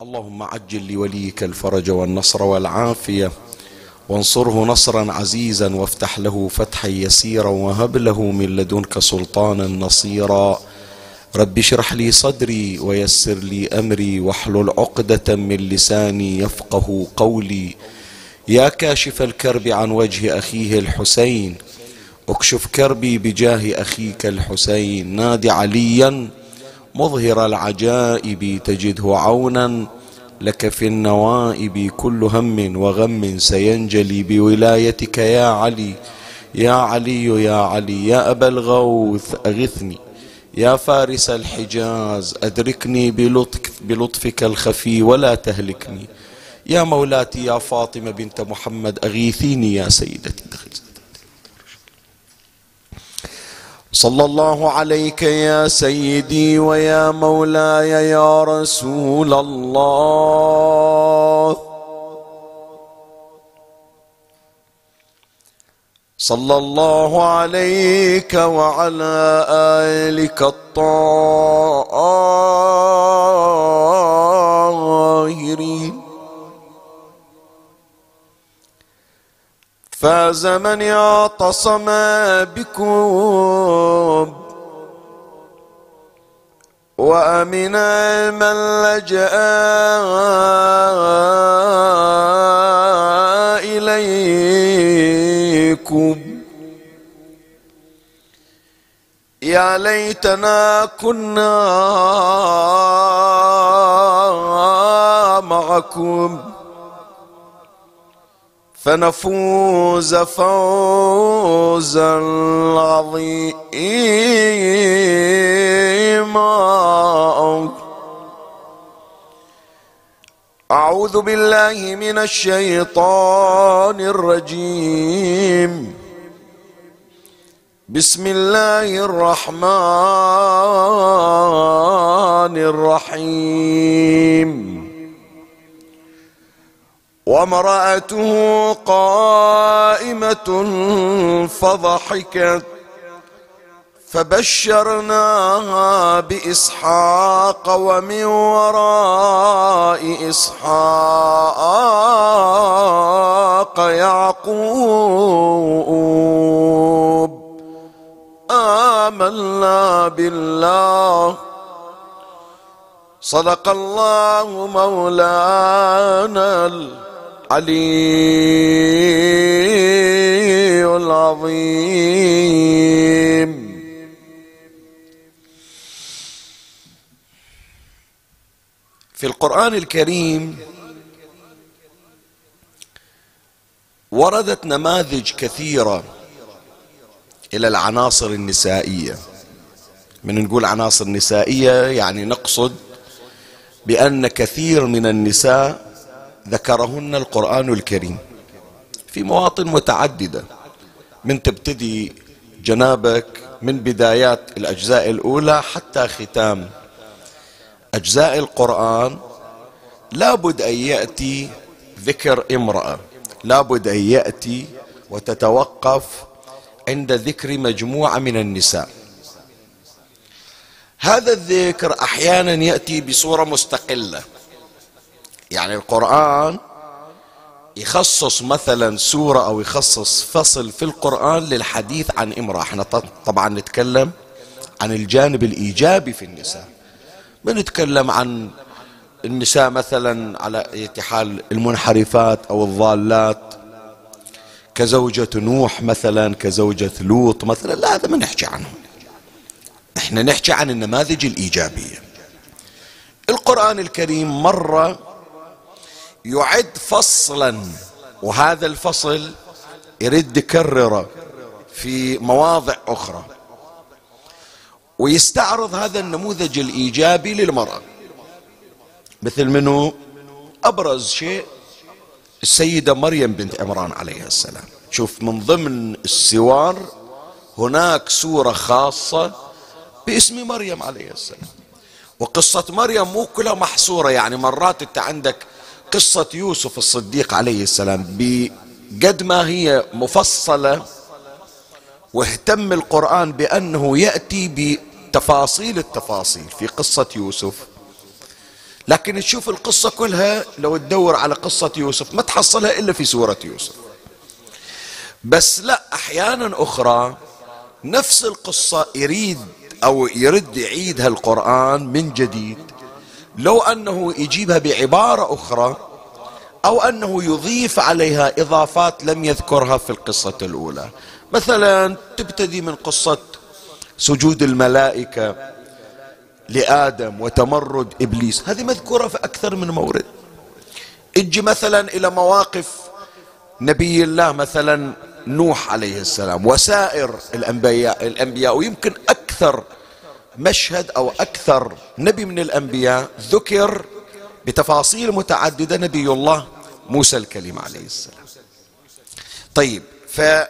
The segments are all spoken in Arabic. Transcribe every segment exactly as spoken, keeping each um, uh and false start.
اللهم عجل لوليك الفرج والنصر والعافية، وانصره نصرا عزيزا، وافتح له فتحا يسيرا، وهب له من لدنك سلطانا نصيرا. رب اشرح لي صدري ويسر لي أمري، واحلل عقدة من لساني يفقه قولي. يا كاشف الكرب عن وجه أخيه الحسين، اكشف كربي بجاه أخيك الحسين. نادي عليا مظهر العجائب، تجده عونا لك في النوائب. كل هم وغم سينجلي بولايتك يا علي. يا علي يا علي يا أبا الغوث أغثني، يا فارس الحجاز أدركني بلطف بلطفك الخفي ولا تهلكني. يا مولاتي يا فاطمة بنت محمد أغيثيني يا سيدتي. صلى الله عليك يا سيدي ويا مولاي يا رسول الله. صلى الله عليك وعلى آلك الطاهرين. فاز من اعتصم بكم، وأمن من لجأ إليكم. يا ليتنا كنا معكم فنفوز فوزا عظيما. أعوذ بالله من الشيطان الرجيم. بسم الله الرحمن الرحيم. وامرأته قائمة فضحكت فبشرناها بإسحاق ومن وراء إسحاق يعقوب. آمنا بالله. صدق الله مولانا العلي العظيم. في القرآن الكريم وردت نماذج كثيرة إلى العناصر النسائية. من نقول عناصر نسائية يعني نقصد بأن كثير من النساء ذكرهن القرآن الكريم في مواطن متعددة، من تبتدي جنابك من بدايات الأجزاء الأولى حتى ختام أجزاء القرآن. لابد أن يأتي ذكر امرأة، لابد أن يأتي وتتوقف عند ذكر مجموعة من النساء. هذا الذكر أحيانا يأتي بصورة مستقلة، يعني القرآن يخصص مثلا سورة أو يخصص فصل في القرآن للحديث عن امرأة. احنا طبعا نتكلم عن الجانب الإيجابي في النساء، بنتكلم عن النساء مثلا على ارتحال المنحرفات أو الضالات كزوجة نوح مثلا، كزوجة لوط مثلا. لا، هذا ما نحكي عنهم، احنا نحكي عن النماذج الإيجابية. القرآن الكريم مرة يعد فصلا، وهذا الفصل يرد يكرره في مواضع أخرى، ويستعرض هذا النموذج الإيجابي للمرأة. مثل منه أبرز شيء السيدة مريم بنت عمران عليها السلام. شوف، من ضمن السور هناك سورة خاصة باسم مريم عليه السلام. وقصة مريم مو كلها محصورة، يعني مرات انت عندك قصة يوسف الصديق عليه السلام بقد ما هي مفصلة، واهتم القرآن بأنه يأتي بتفاصيل التفاصيل في قصة يوسف، لكن تشوف القصة كلها لو تدور على قصة يوسف ما تحصلها إلا في سورة يوسف. بس لا، أحيانا أخرى نفس القصة يريد أو يرد يعيدها القرآن من جديد، لو أنه يجيبها بعبارة أخرى أو أنه يضيف عليها إضافات لم يذكرها في القصة الأولى. مثلا تبتدي من قصة سجود الملائكة لآدم وتمرد إبليس، هذه مذكورة في أكثر من مورد. اجي مثلا إلى مواقف نبي الله مثلا نوح عليه السلام وسائر الأنبياء الأنبياء ويمكن أكثر مشهد أو أكثر نبي من الأنبياء ذكر بتفاصيل متعددة نبي الله موسى الكليم عليه السلام. طيب، فمن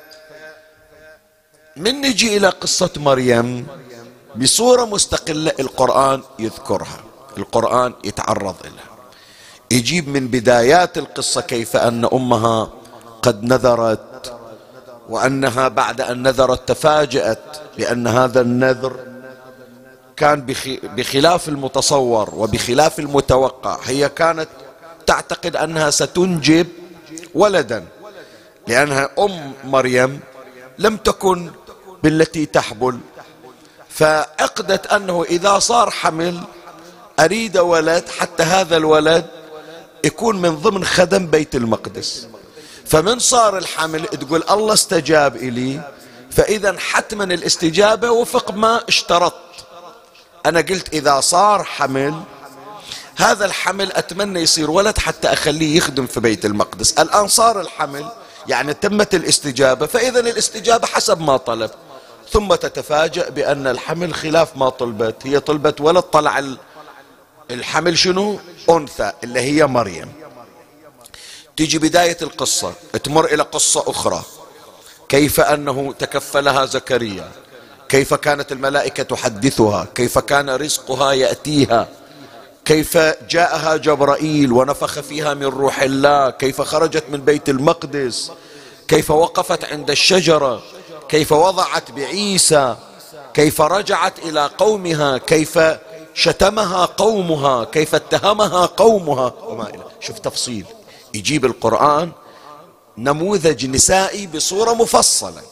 نجي إلى قصة مريم بصورة مستقلة القرآن يذكرها، القرآن يتعرض لها، يجيب من بدايات القصة كيف أن أمها قد نذرت، وأنها بعد أن نذرت تفاجأت بأن هذا النذر كان بخلاف المتصور وبخلاف المتوقع. هي كانت تعتقد أنها ستنجب ولدا، لأنها أم مريم لم تكن بالتي تحبل، فعقدت أنه إذا صار حمل أريد ولد، حتى هذا الولد يكون من ضمن خدم بيت المقدس. فمن صار الحمل تقول الله استجاب إلي، فإذا حتما الاستجابة وفق ما اشترطت. أنا قلت إذا صار حمل هذا الحمل أتمنى يصير ولد حتى أخليه يخدم في بيت المقدس. الآن صار الحمل يعني تمت الاستجابة، فإذا الاستجابة حسب ما طلب، ثم تتفاجأ بأن الحمل خلاف ما طلبت. هي طلبت ولد، طلع الحمل شنو؟ أنثى اللي هي مريم. تيجي بداية القصة تمر إلى قصة أخرى، كيف أنه تكفلها زكريا، كيف كانت الملائكة تحدثها، كيف كان رزقها يأتيها، كيف جاءها جبرائيل ونفخ فيها من روح الله، كيف خرجت من بيت المقدس، كيف وقفت عند الشجرة، كيف وضعت بعيسى، كيف رجعت إلى قومها، كيف شتمها قومها، كيف اتهمها قومها وما إلى. شوف تفصيل، يجيب القرآن نموذج نسائي بصورة مفصلة.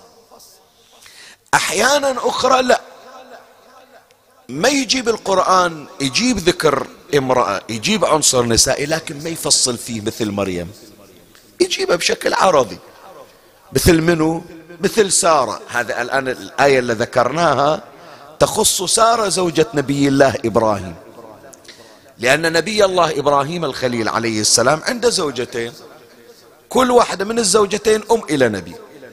أحيانا أخرى لا، ما يجيب القرآن، يجيب ذكر امرأة، يجيب عنصر نسائي، لكن ما يفصل فيه مثل مريم، يجيبها بشكل عرضي. مثل منو؟ مثل سارة. هذا الآن الآية اللي ذكرناها تخص سارة زوجة نبي الله إبراهيم، لأن نبي الله إبراهيم الخليل عليه السلام عنده زوجتين، كل واحدة من الزوجتين أم إلى نبي.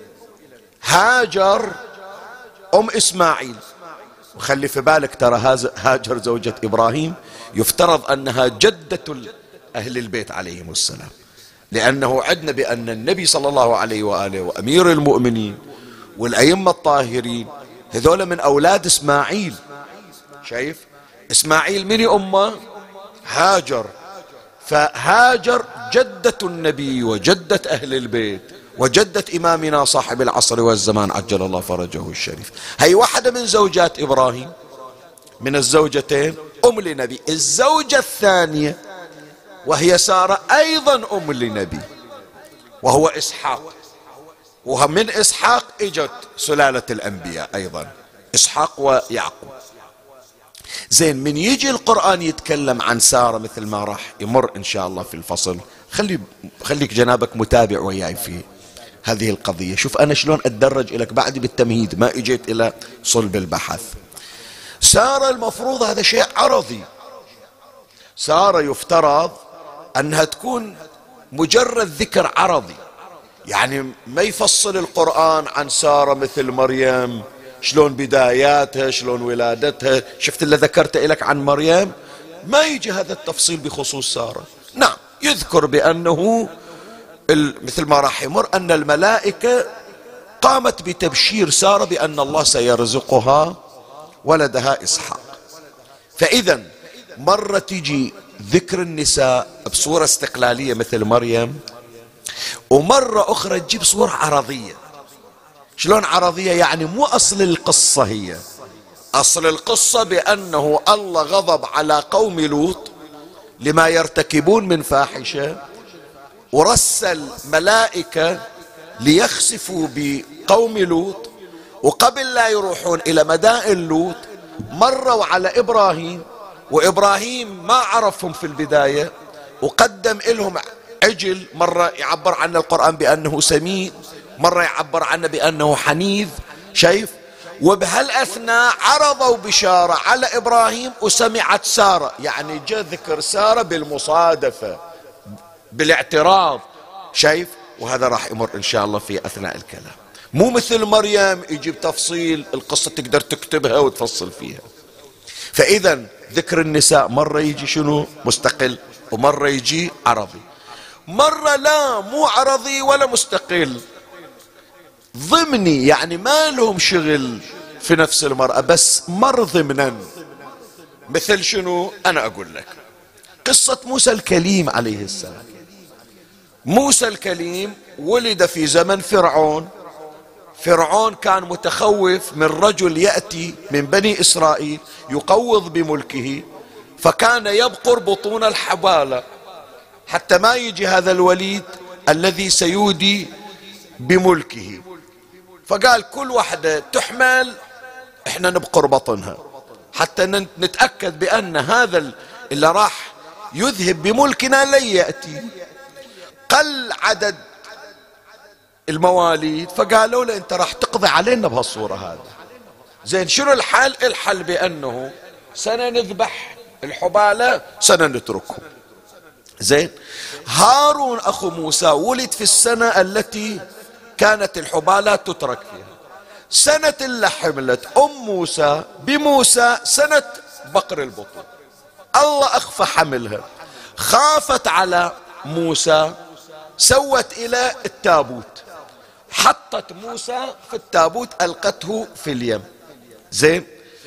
هاجر أم إسماعيل، وخلي في بالك ترى هاجر زوجة إبراهيم يفترض أنها جدة أهل البيت عليهم السلام، لأنه عدنا بأن النبي صلى الله عليه وآله وأمير المؤمنين والأئمة الطاهرين هذول من أولاد إسماعيل. شايف إسماعيل من أمه؟ هاجر. فهاجر جدة النبي وجدة أهل البيت وجدة إمامنا صاحب العصر والزمان عجل الله فرجه الشريف. هي واحدة من زوجات إبراهيم، من الزوجتين أم لنبي. الزوجة الثانية وهي سارة أيضا أم لنبي، وهو إسحاق، ومن إسحاق إجت سلالة الأنبياء أيضا، إسحاق ويعقوب. زين، من يجي القرآن يتكلم عن سارة مثل ما راح يمر إن شاء الله في الفصل، خلي خليك جنابك متابع وياي في هذه القضية. شوف أنا شلون أتدرج لك بعد بالتمهيد، ما إجيت إلى صلب البحث. سارة المفروض هذا شيء عرضي، سارة يفترض أنها تكون مجرد ذكر عرضي، يعني ما يفصل القرآن عن سارة مثل مريم، شلون بداياتها، شلون ولادتها. شفت اللي ذكرته لك عن مريم، ما يجي هذا التفصيل بخصوص سارة. نعم، يذكر بأنه مثل ما راح يمر أن الملائكة قامت بتبشير سارة بأن الله سيرزقها ولدها إسحاق. فإذا مرة تجي ذكر النساء بصورة استقلالية مثل مريم، ومرة أخرى تجيب صورة عرضية. شلون عرضية؟ يعني مو أصل القصة، هي أصل القصة بأنه الله غضب على قوم لوط لما يرتكبون من فاحشة، ورسل ملائكة ليخسفوا بقوم لوط، وقبل لا يروحون إلى مدائن لوط مروا على إبراهيم، وإبراهيم ما عرفهم في البداية وقدم لهم عجل، مرة يعبر عنه القرآن بأنه سمين، مرة يعبر عنه بأنه حنيذ، شايف؟ وبهالأثناء عرضوا بشارة على إبراهيم وسمعت سارة، يعني جاء ذكر سارة بالمصادفة بالاعتراض، شايف؟ وهذا راح يمر إن شاء الله في أثناء الكلام. مو مثل مريم يجيب تفصيل القصة تقدر تكتبها وتفصل فيها. فإذا ذكر النساء مرة يجي شنو؟ مستقل، ومرة يجي عرضي، مرة لا مو عرضي ولا مستقل، ضمني، يعني ما لهم شغل في نفس المرأة بس مر ضمنا. مثل شنو؟ أنا أقول لك قصة موسى الكليم عليه السلام. موسى الكليم ولد في زمن فرعون. فرعون كان متخوف من رجل يأتي من بني إسرائيل يقوض بملكه، فكان يبقر بطون الحبالة حتى ما يجي هذا الوليد الذي سيودي بملكه. فقال كل واحدة تحمل احنا نبقر بطنها حتى نتأكد بأن هذا اللي راح يذهب بملكنا لن يأتي. قل عدد المواليد، فقالوا له انت راح تقضي علينا بهالصورة هذا. زين شنو الحل؟ الحل بأنه سنة نذبح الحبالة سنة نتركه. زين هارون أخو موسى ولد في السنة التي كانت الحبالات تترك فيها، سنة اللي حملت أم موسى بموسى سنة بقر البطن. الله أخفى حملها، خافت على موسى، سوت إلى التابوت، حطت موسى في التابوت ألقته في اليم. زين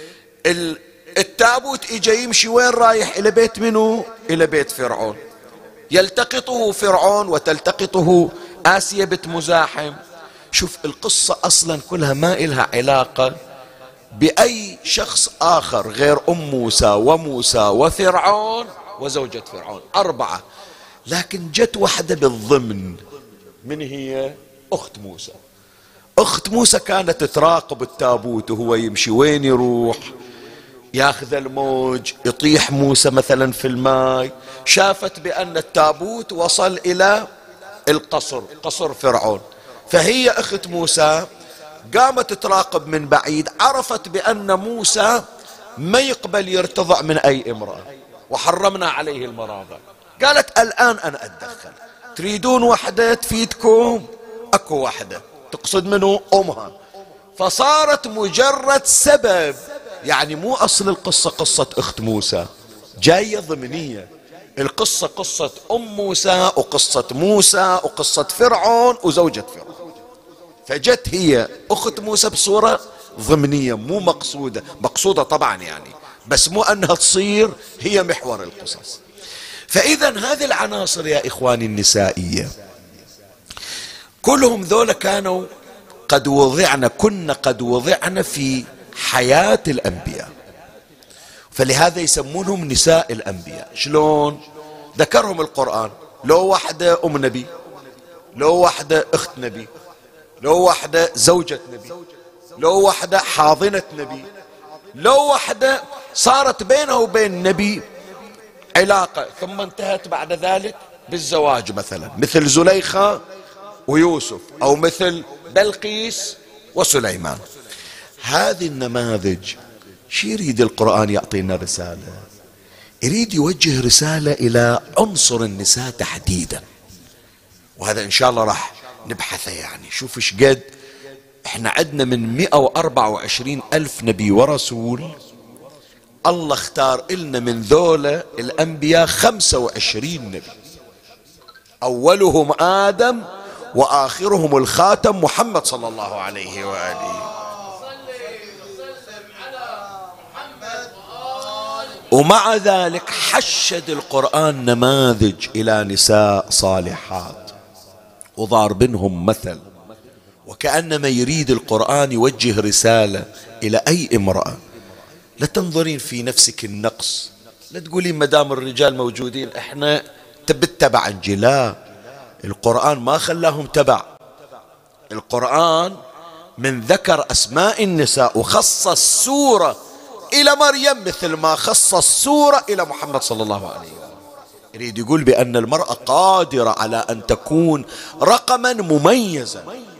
التابوت إجا يمشي وين رايح؟ إلى بيت منو؟ إلى بيت فرعون. يلتقطه فرعون وتلتقطه آسيا بنت مزاحم. شوف القصة أصلا كلها ما إلها علاقة بأي شخص آخر غير أم موسى وموسى وفرعون وزوجة فرعون، أربعة، لكن جت واحدة بالضمن. من هي؟ أخت موسى. أخت موسى كانت تراقب التابوت وهو يمشي، وين يروح؟ ياخذ الموج، يطيح موسى مثلا في الماء. شافت بأن التابوت وصل إلى القصر، قصر فرعون، فهي أخت موسى قامت تراقب من بعيد، عرفت بأن موسى ما يقبل يرتضع من أي امرأة وحرمنا عليه المراضع. قالت الآن أنا أتدخل، تريدون وحدة تفيدكم؟ أكو وحدة، تقصد منه أمها. فصارت مجرد سبب، يعني مو أصل القصة قصة أخت موسى، جاية ضمنية. القصة قصة أم موسى وقصة موسى وقصة فرعون وزوجة فرعون، فجت هي أخت موسى بصورة ضمنية مو مقصودة، مقصودة طبعا يعني، بس مو أنها تصير هي محور القصص. فإذا هذه العناصر يا إخواني النسائية كلهم ذولا كانوا قد وضعنا، كنا قد وضعنا في حياة الأنبياء، فلهذا يسمونهم نساء الأنبياء. شلون؟ ذكرهم القرآن، لو واحدة أم نبي، لو واحدة أخت نبي، لو واحدة زوجة نبي، لو واحدة حاضنة نبي، لو واحدة صارت بينه وبين النبي علاقة ثم انتهت بعد ذلك بالزواج، مثلا مثل زليخة ويوسف، أو مثل بلقيس وسليمان. هذه النماذج شي يريد القرآن يعطينا رسالة، يريد يوجه رسالة إلى عنصر النساء تحديدا، وهذا إن شاء الله راح نبحثه. يعني شوف ايش قد احنا عندنا من مئة وأربعة وعشرين ألف نبي ورسول، الله اختار إلنا من ذولا الأنبياء خمسة وعشرين نبي، أولهم آدم وآخرهم الخاتم محمد صلى الله عليه وآله. ومع ذلك حشد القرآن نماذج إلى نساء صالحات وضارب بينهم مثل، وكأنما يريد القرآن يوجه رسالة إلى أي امرأة: لا تنظرين في نفسك النقص، لا تقولين ما دام الرجال موجودين احنا تبع نجي، لا، القرآن ما خلاهم تبع. القرآن من ذكر أسماء النساء وخصص سورة إلى مريم مثل ما خصص سورة إلى محمد صلى الله عليه وسلم. يريد يقول بأن المرأة قادرة على أن تكون رقما مميزا.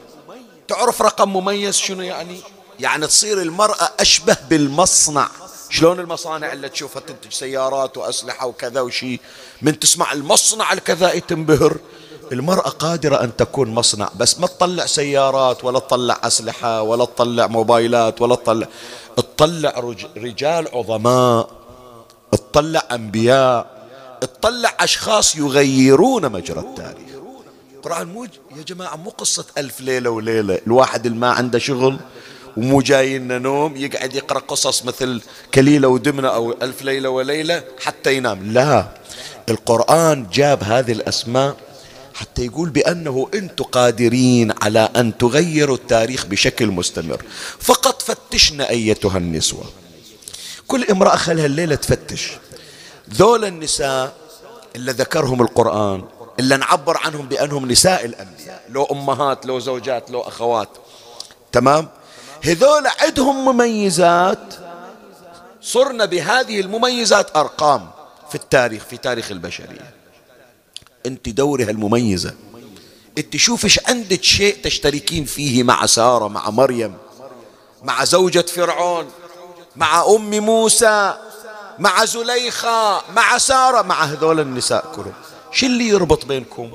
تعرف رقم مميز شنو يعني؟ يعني تصير المرأة أشبه بالمصنع. شلون المصانع اللي تشوفها تنتج سيارات وأسلحة وكذا وشي، من تسمع المصنع الكذائي تنبهر. المرأة قادرة أن تكون مصنع، بس ما تطلع سيارات ولا تطلع أسلحة ولا تطلع موبايلات ولا تطلع تطلع رجال عظماء، تطلع أنبياء، تطلع أشخاص يغيرون مجرى التاريخ. القرآن مو يا جماعة مو قصة ألف ليلة وليلة، الواحد اللي ما عنده شغل ومو جاينا نوم يقعد يقرأ قصص مثل كليلة ودمنة أو ألف ليلة وليلة حتى ينام. لا، القرآن جاب هذه الأسماء حتى يقول بأنه أنتم قادرين على أن تغيروا التاريخ بشكل مستمر. فقط فتشنا أيتها النسوة. كل امرأة خلها الليلة تفتش. ذول النساء اللي ذكرهم القرآن، اللي نعبر عنهم بأنهم نساء الأنبياء، لو أمهات لو زوجات لو أخوات، تمام؟ هذول عندهم مميزات، صرنا بهذه المميزات أرقام في التاريخ، في تاريخ البشرية. أنت دوري هالمميزة، أنت شوفش عندك شيء تشتركين فيه مع سارة، مع مريم، مع زوجة فرعون، مع أم موسى، مع زليخة، مع سارة، مع هذول النساء كلهم. شو اللي يربط بينكم؟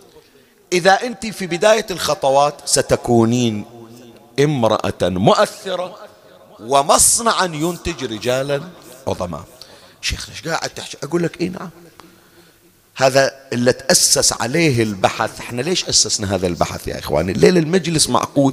إذا أنت في بداية الخطوات ستكونين امرأة مؤثرة ومصنعا ينتج رجالا عظماء. شيخ ليش قاعد تحكي؟ أقول لك إيه نعم، هذا اللي تأسس عليه البحث. احنا ليش أسسنا هذا البحث يا إخواني؟ الليلة المجلس معقود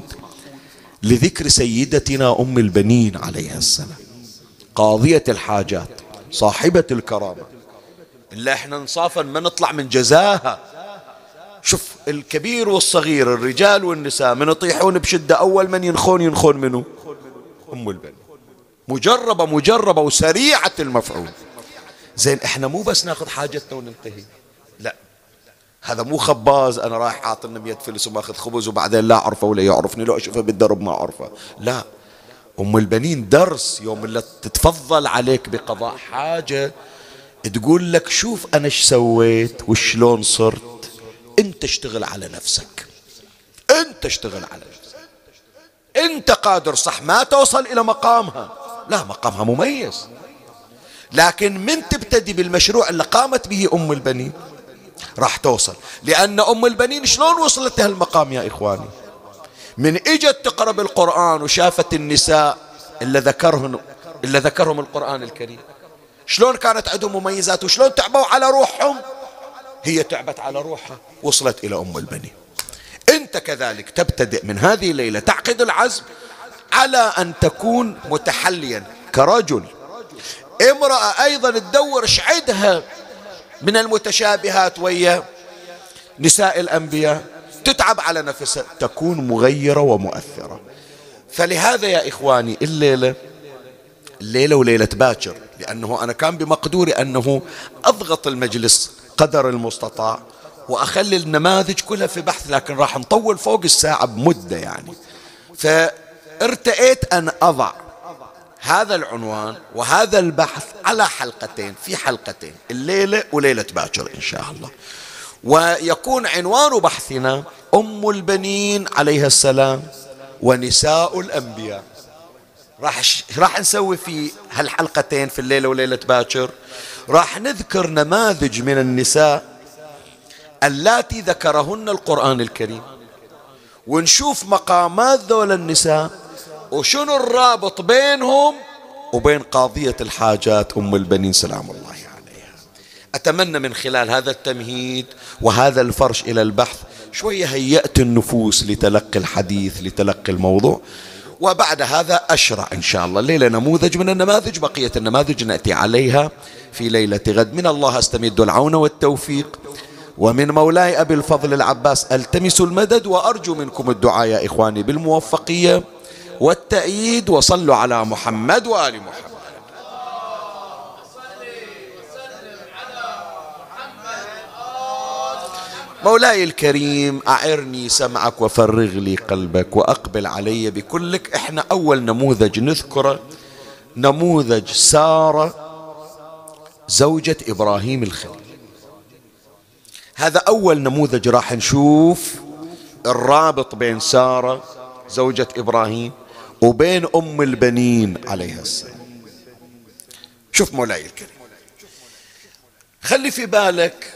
لذكر سيدتنا أم البنين عليها السلام، قاضية الحاجات، صاحبة الكرامة، اللي احنا نصافا ما نطلع من جزاها. شوف الكبير والصغير، الرجال والنساء، من يطيحون بشدة أول من ينخون ينخون منه أم البنين، مجربة مجربة وسريعة المفعول. زين احنا مو بس ناخذ حاجتنا وننتهي، لا، هذا مو خباز انا رايح حاط لنا مية فلس وماخذ خبز وبعدين لا اعرفه ولا يعرفني، لو اشوفه بالدرب ما اعرفه. لا، ام البنين درس. يوم اللي تتفضل عليك بقضاء حاجة تقول لك شوف انا ايش سويت وشلون صرت. انت اشتغل على نفسك، انت اشتغل على نفسك. انت قادر صح ما توصل الى مقامها، لا، مقامها مميز، لكن من تبتدي بالمشروع اللي قامت به أم البنين راح توصل. لأن أم البنين شلون وصلت هالمقام يا إخواني؟ من إجت تقرأ بالقرآن وشافت النساء اللي ذكرهم اللي ذكرهم القرآن الكريم، شلون كانت عندهم مميزات وشلون تعبوا على روحهم. هي تعبت على روحها، وصلت إلى أم البنين. أنت كذلك تبتدئ من هذه الليلة، تعقد العزم على أن تكون متحليا كرجل. امرأة أيضا تدور ايش عندها من المتشابهات ويا نساء الأنبياء، تتعب على نفسها، تكون مغيرة ومؤثرة. فلهذا يا إخواني الليلة الليلة وليلة باكر، لأنه أنا كان بمقدوري أنه أضغط المجلس قدر المستطاع وأخلي النماذج كلها في بحث، لكن راح نطول فوق الساعة بمدة يعني. فارتأيت أن أضع هذا العنوان وهذا البحث على حلقتين، في حلقتين، الليلة وليلة باكر إن شاء الله. ويكون عنوان بحثنا أم البنين عليها السلام ونساء الأنبياء. راح راح نسوي في هالحلقتين في الليلة وليلة باكر، راح نذكر نماذج من النساء اللاتي ذكرهن القرآن الكريم، ونشوف مقامات ذول النساء وشنو الرابط بينهم وبين قاضية الحاجات أم البنين سلام الله عليها. أتمنى من خلال هذا التمهيد وهذا الفرش إلى البحث شوية هيأت النفوس لتلقي الحديث، لتلقي الموضوع، وبعد هذا أشرع إن شاء الله الليلة نموذج من النماذج. بقية النماذج نأتي عليها في ليلة غد. من الله أستمد العون والتوفيق، ومن مولاي أبي الفضل العباس ألتمس المدد، وأرجو منكم الدعاء يا إخواني بالموفقية والتأييد. وصلوا على محمد وآل محمد. مولاي الكريم أعرني سمعك وفرغ لي قلبك وأقبل علي بكلك. إحنا أول نموذج نذكره نموذج سارة زوجة إبراهيم الخليل. هذا أول نموذج راح نشوف الرابط بين سارة زوجة إبراهيم وبين أم البنين عليها السلام. شوف مولاي الكريم، خلي في بالك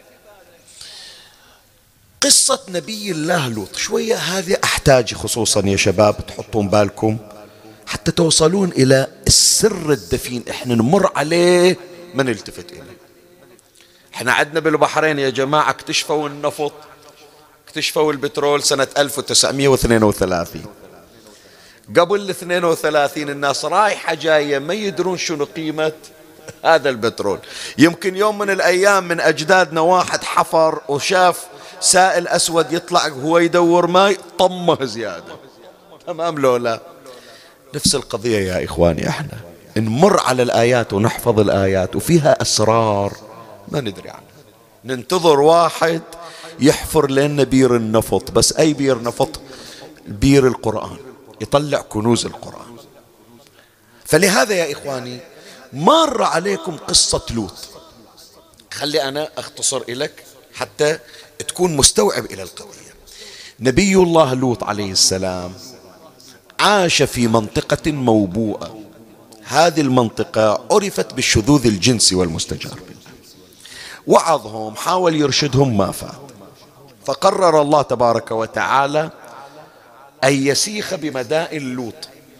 قصة نبي الله لوط شوية. هذه أحتاج خصوصا يا شباب تحطون بالكم حتى توصلون إلى السر الدفين. إحنا نمر عليه ما نلتفت إليه. إحنا عندنا بالبحرين يا جماعة اكتشفوا النفط، اكتشفوا البترول سنة ألف وتسعمئة واثنين وثلاثين. قبل الاثنين وثلاثين الناس رايحة جاية ما يدرون شنو قيمة هذا البترول. يمكن يوم من الأيام من أجدادنا واحد حفر وشاف سائل أسود يطلع وهو يدور ماء طمه زيادة. تمام لو لا؟ نفس القضية يا إخواني، احنا نمر على الآيات ونحفظ الآيات وفيها أسرار ما ندري عنها. ننتظر واحد يحفر لنا بير النفط، بس أي بير نفط؟ بير القرآن، يطلع كنوز القرآن. فلهذا يا إخواني مر عليكم قصة لوط. خلي أنا أختصر إليك حتى تكون مستوعب إلى القضية. نبي الله لوط عليه السلام عاش في منطقة موبوءة. هذه المنطقة عرفت بالشذوذ الجنسي والمستجار بالله. وعظهم، حاول يرشدهم، ما فات. فقرر الله تبارك وتعالى أن يسيخ بمدائن لوط.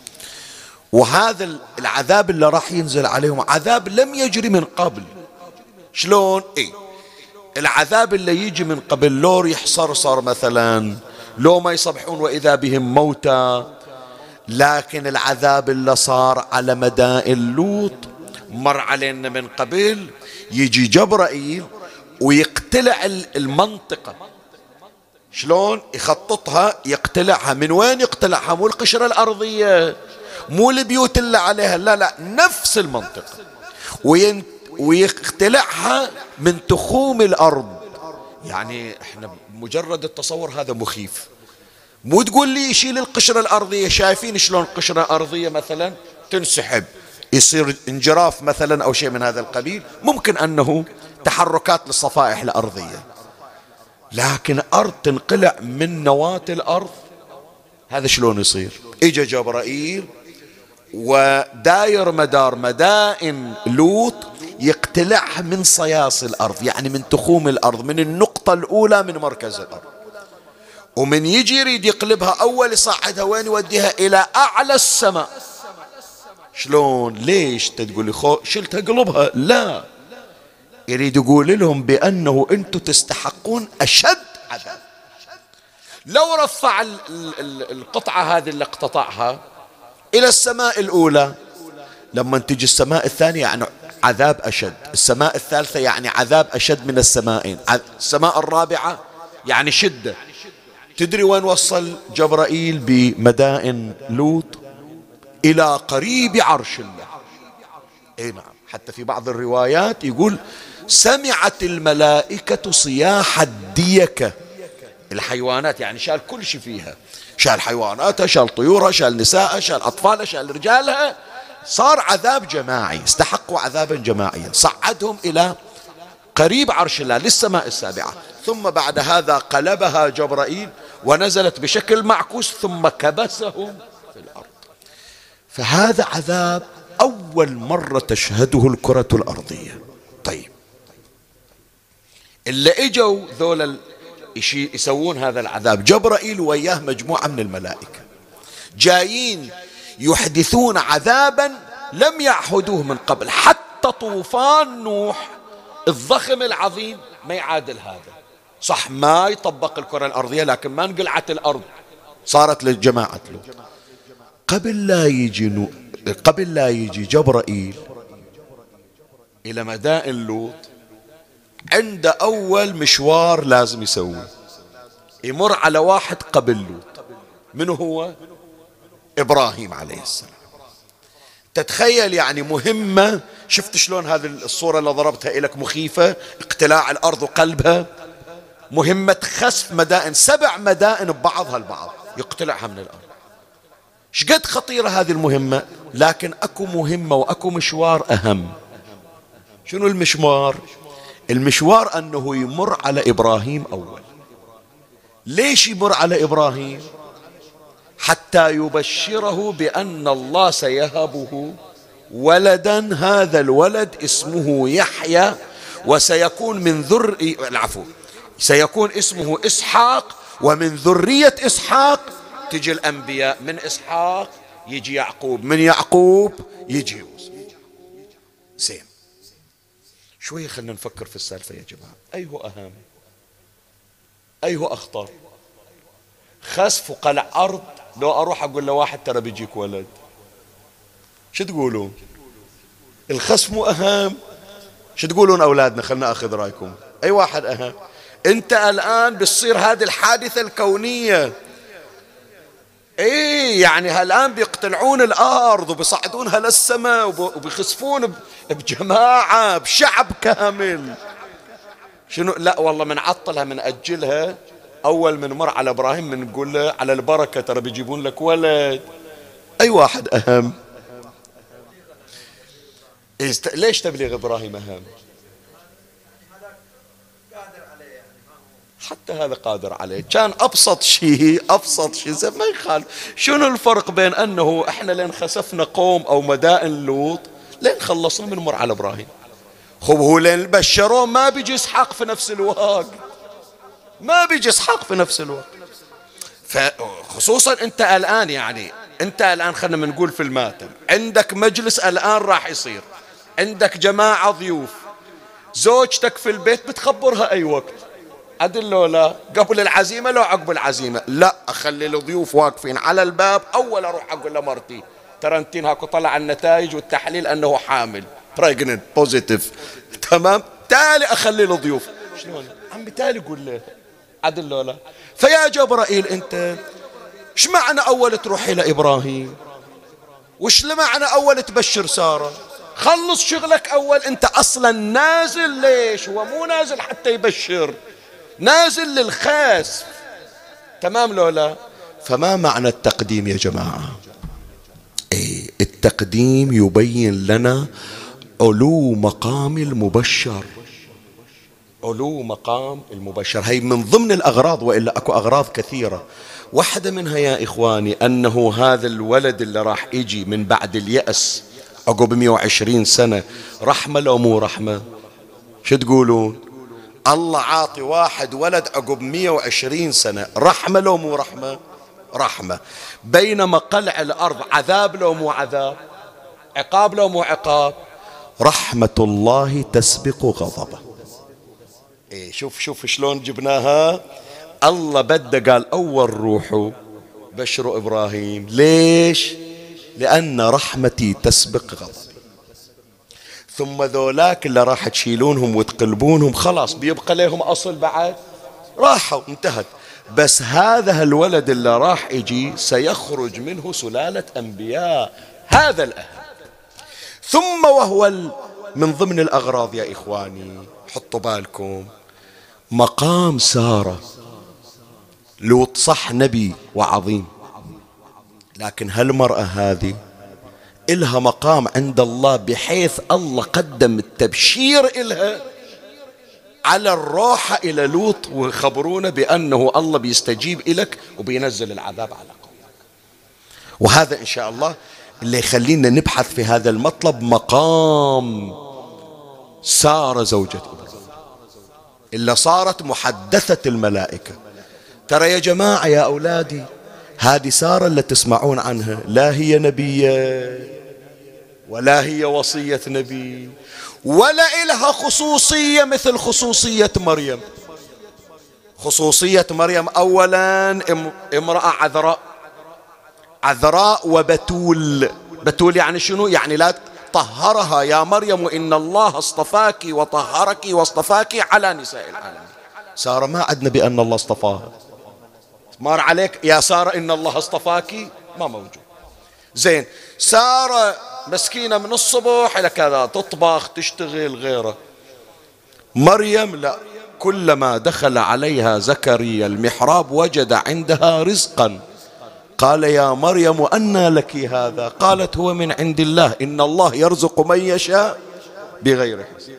وهذا العذاب اللي راح ينزل عليهم عذاب لم يجري من قبل. شلون؟ إيه العذاب اللي يجي من قبل لو يحصرصر مثلا، لو ما يصبحون وإذا بهم موتى. لكن العذاب اللي صار على مدائن لوط مر علينا من قبل. يجي جبرائيل ويقتلع المنطقة. شلون يخططها؟ يقتلعها. من وين يقتلعها؟ مو القشرة الأرضية، مو البيوت اللي عليها، لا لا، نفس المنطقة. وين ويقتلعها من تخوم الأرض. يعني احنا مجرد التصور هذا مخيف. مو تقول لي يشيل القشرة الأرضية. شايفين شلون القشرة الأرضية مثلا تنسحب، يصير انجراف مثلا أو شيء من هذا القبيل. ممكن أنه تحركات للصفائح الأرضية، لكن أرض تنقلع من نواة الأرض، هذا شلون يصير؟ إجا جبرائيل وداير مدار مدائن لوط يقتلعها من صياص الأرض، يعني من تخوم الأرض، من النقطة الأولى من مركز الأرض. ومن يجي يريد يقلبها أول يصعدها وين؟ يوديها إلى أعلى السماء. شلون؟ ليش تقول لي خو شلتها قلبها؟ لا، يريد يقول لهم بأنه أنتم تستحقون أشد عذاب. لو رفع القطعة هذه اللي اقتطعها إلى السماء الأولى، لما تجي السماء الثانية يعني عذاب أشد، السماء الثالثة يعني عذاب أشد من السمائين، السماء الرابعة يعني شدة. تدري وين وصل جبرائيل بمدائن لوط؟ إلى قريب عرش الله. اي نعم، حتى في بعض الروايات يقول سمعت الملائكة صياح الديكة، الحيوانات، يعني شال كل شيء فيها، شال حيواناتها، شال طيورها، شال نسائها، شال أطفالها، شال رجالها. صار عذاب جماعي، استحقوا عذابا جماعيا. صعدهم إلى قريب عرش الله للسماء السابعة. ثم بعد هذا قلبها جبرائيل ونزلت بشكل معكوس ثم كبسهم في الأرض. فهذا عذاب أول مرة تشهده الكرة الأرضية. طيب اللي اجوا ذولا يسوون هذا العذاب، جبرائيل وياه مجموعة من الملائكة جايين يحدثون عذابا لم يعهدوه من قبل. حتى طوفان نوح الضخم العظيم ما يعادل هذا. صح ما يطبق الكرة الأرضية، لكن ما انقلعت الأرض، صارت للجماعة لوط. قبل لا يجي نو... قبل لا يجي جبرائيل إلى مدائن لوط، عنده أول مشوار لازم يسويه، يمر على واحد قبل لوط. من هو؟ إبراهيم عليه السلام. تتخيل يعني مهمة. شفت شلون هذه الصورة اللي ضربتها لك مخيفة؟ اقتلاع الأرض وقلبها مهمة خسف مدائن، سبع مدائن ببعضها البعض يقتلعها من الأرض. شقد خطيرة هذه المهمة، لكن أكو مهمة وأكو مشوار أهم. شنو المشوار؟ المشوار أنه يمر على إبراهيم أول. ليش يمر على إبراهيم؟ حتى يبشره بأن الله سيهبه ولدا، هذا الولد اسمه يحيى، وسيكون من ذر العفو سيكون اسمه إسحاق، ومن ذرية إسحاق تجي الأنبياء، من إسحاق يجي يعقوب، من يعقوب يجي يوسف. زين، شوية خلنا نفكر في السالفة يا جماعة. أي هو أهم؟ أي هو أخطر؟ خسف وقلع أرض، لو أروح أقول لواحد ترى بيجيك ولد، شو تقولون؟ الخسف مو أهم؟ شو تقولون أولادنا؟ خلنا أخذ رأيكم. أي واحد أهم؟ أنت الآن بتصير هذه الحادثة الكونية، ايه يعني الآن بيقتلعون الأرض وبيصعدونها للسماء وبيخسفون بجماعة بشعب كامل. شنو؟ لا والله منعطلها منأجلها، أول من مر على إبراهيم من نقول له على البركة ترى بيجيبون لك ولد. أي واحد أهم؟ ليش تبليغ إبراهيم أهم؟ حتى هذا قادر عليه، كان أبسط شيء أبسط شيء زي ما يخالف. شنو الفرق بين أنه إحنا لين خسفنا قوم أو مدائن لوط لين خلصنا من مر على إبراهيم؟ خب هو لين بشروه ما بيجي إسحاق في نفس الوقت، ما بيجي إسحاق في نفس الوقت. فخصوصا أنت الآن يعني أنت الآن خلنا منقول في الماتم عندك مجلس الآن راح يصير، عندك جماعة ضيوف، زوجتك في البيت بتخبرها أي وقت، عدل لو لا قبل العزيمة لو عقب العزيمة؟ لا، أخلي الضيوف واقفين على الباب، أول أروح أقول لمرتي ترى انتين هاكو طلع النتائج والتحليل أنه حامل pregnant positive، تمام، تالي أخلي الضيوف. شلون عم بتالي قول له عدل لو لا. فيا جبرائيل أنت ايش معنى أول تروح إلى إبراهيم؟ وش معنى أول تبشر سارة؟ خلص شغلك أول، أنت أصلا نازل. ليش؟ هو مو نازل حتى يبشر، نازل للخسف، تمام لو لا؟ فما معنى التقديم يا جماعة؟ ايه التقديم يبين لنا علو مقام المبشر، علو مقام المبشر. هي من ضمن الأغراض، وإلا أكو أغراض كثيرة. واحدة منها يا إخواني أنه هذا الولد اللي راح يجي من بعد اليأس عقب مئة وعشرين سنة، رحمة لو مو رحمة؟ شو تقولون؟ الله عاطي واحد ولد عقب مئة وعشرين سنة، رحمة لو مو رحمة؟ رحمة. بينما قلع الأرض عذاب لو مو عذاب؟ عقاب لو مو عقاب؟ رحمة الله تسبق غضبه. إيه شوف شوف شلون جبناها. الله بده قال أول روحوا بشروا إبراهيم. ليش؟ لأن رحمتي تسبق غضبي. ثم ذولاك اللي راح تشيلونهم وتقلبونهم خلاص بيبقى لهم أصل بعد، راحوا انتهت. بس هذا الولد اللي راح يجي سيخرج منه سلالة أنبياء، هذا الأهم. ثم وهو من ضمن الأغراض يا إخواني، حطوا بالكم، مقام سارة. لوط صح نبي وعظيم، لكن هالمرأة هذه إلها مقام عند الله، بحيث الله قدم التبشير إلها على الروحة إلى لوط، وخبرونا بأنه الله بيستجيب إليك وبينزل العذاب على قومك. وهذا إن شاء الله اللي يخلينا نبحث في هذا المطلب، مقام سارة زوجة إبراهيم إلا صارت محدثة الملائكة. ترى يا جماعة يا أولادي، هذه سارة اللي تسمعون عنها لا هي نبية ولا هي وصية نبي، ولا إلها خصوصية مثل خصوصية مريم. خصوصية مريم أولا امرأة عذراء، عذراء وبتول. بتول يعني شنو؟ يعني لا طهرها يا مريم وإن الله اصطفاك وطهرك واصطفاك على نساء العالمين. سارة ما عدنا بأن الله اصطفاها، مار عليك يا سارة إن الله اصطفاك، ما موجود. زين، سارة مسكينة من الصبح إلى كذا تطبخ تشتغل غيره. مريم لا، كلما دخل عليها زكريا المحراب وجد عندها رزقا. قال يا مريم أنى لك هذا؟ قالت هو من عند الله، إن الله يرزق من يشاء بغير حساب.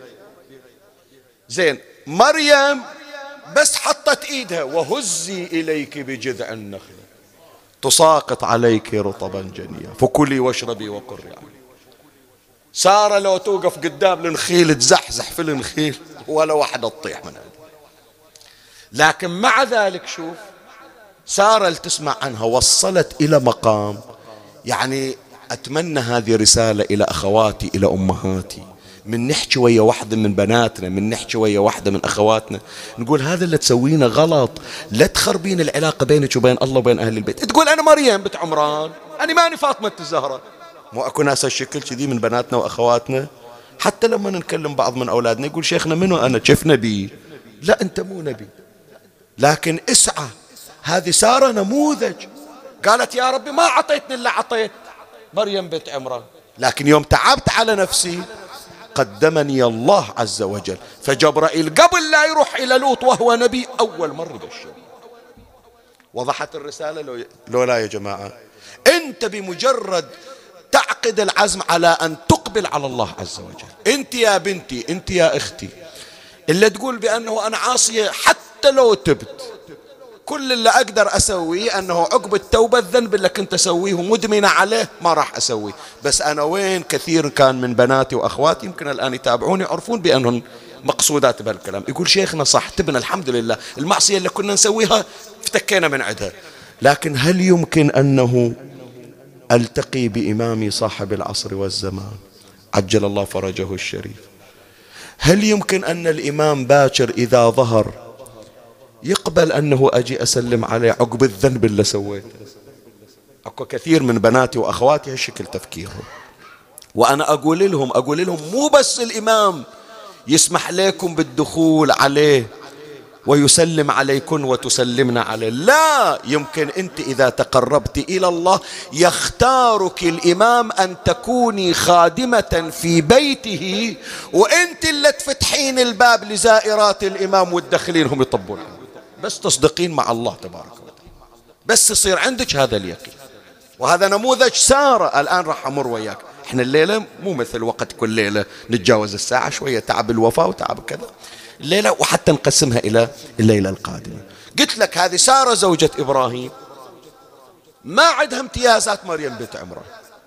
زين، مريم بس حطت ايدها وهزي اليك بجذع النخل تساقط عليك رطبا جنيا فكلي واشربي وقري عيني. سارة لو توقف قدام النخيل تزحزح في النخيل ولا واحدة تطيح من عندها. لكن مع ذلك شوف سارة اللي تسمع عنها وصلت إلى مقام، يعني أتمنى هذه رسالة إلى أخواتي إلى أمهاتي، من نحكي ويا واحدة من بناتنا، من نحكي ويا واحدة من أخواتنا نقول هذا اللي تسوينه غلط، لا تخربين العلاقة بينك وبين الله وبين أهل البيت. تقول أنا مريم بنت عمران، أنا ماني فاطمة الزهرة. مو أكو ناس هالشكل كذي من بناتنا وأخواتنا؟ حتى لما نكلم بعض من أولادنا يقول شيخنا منو أنا؟ كيف نبي؟ لا أنت مو نبي، لكن اسعى. هذه سارة نموذج، قالت يا ربي ما عطيتني إلا عطيت مريم بنت عمران، لكن يوم تعبت على نفسي قدمني الله عز وجل. فجبرائيل قبل لا يروح إلى لوط وهو نبي أول مرة بشر. وضحت الرسالة لو, لو لا يا جماعة؟ أنت بمجرد تعقد العزم على أن تقبل على الله عز وجل، أنت يا بنتي، أنت يا أختي اللي تقول بأنه أنا عاصية حتى لو تبت، كل اللي أقدر أسويه أنه عقب التوبة الذنب اللي كنت أسويه مدمنة عليه ما راح أسويه. بس أنا وين كثير كان من بناتي وأخواتي يمكن الآن يتابعوني يعرفون بأنهم مقصودات بهالكلام، يقول شيخنا صح تبنا الحمد لله المعصية اللي كنا نسويها افتكينا من عندها، لكن هل يمكن أنه ألتقي بإمامي صاحب العصر والزمان عجل الله فرجه الشريف؟ هل يمكن أن الإمام باكر إذا ظهر يقبل أنه أجي أسلم عليه عقب الذنب اللي سويته؟ أكو كثير من بناتي وأخواتي هالشكل تفكيرهم. وأنا أقول لهم أقول لهم مو بس الإمام يسمح لكم بالدخول عليه ويسلم عليكن وتسلمنا عليه، لا، يمكن أنت إذا تقربت إلى الله يختارك الإمام أن تكوني خادمة في بيته، وأنت اللي تفتحين الباب لزائرات الإمام وتدخلين هم يطبون، بس تصدقين مع الله تبارك وتعالى، بس يصير عندك هذا اليقين. وهذا نموذج سارة. الآن راح أمر وياك، احنا الليلة مو مثل وقت كل ليلة نتجاوز الساعة شوية، تعب الوفاة وتعب كذا الليلة، وحتى نقسمها إلى الليلة القادمة. قلت لك هذه سارة زوجة إبراهيم ما عندها امتيازات مريم بنت عمران،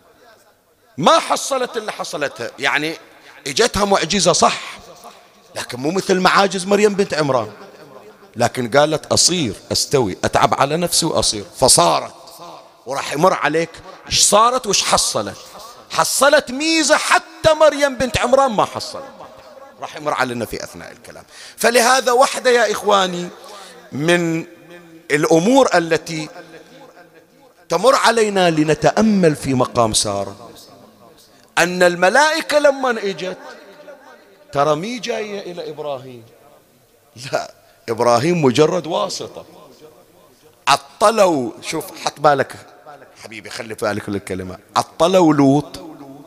ما حصلت اللي حصلتها، يعني اجتها معجزة صح لكن مو مثل معاجز مريم بنت عمران، لكن قالت أصير أستوي أتعب على نفسي وأصير، فصارت. وراح يمر عليك إيش صارت وإيش حصلت. حصلت ميزة حتى مريم بنت عمران ما حصلت، راح يمر علينا في أثناء الكلام. فلهذا وحدة يا إخواني من الأمور التي تمر علينا لنتأمل في مقام سارة، أن الملائكة لما اجت ترى مي جاية إلى إبراهيم، لا، إبراهيم مجرد واسطة. عطلوا، شوف حط بالك حبيبي خلي بالك للكلمة، عطلوا لوط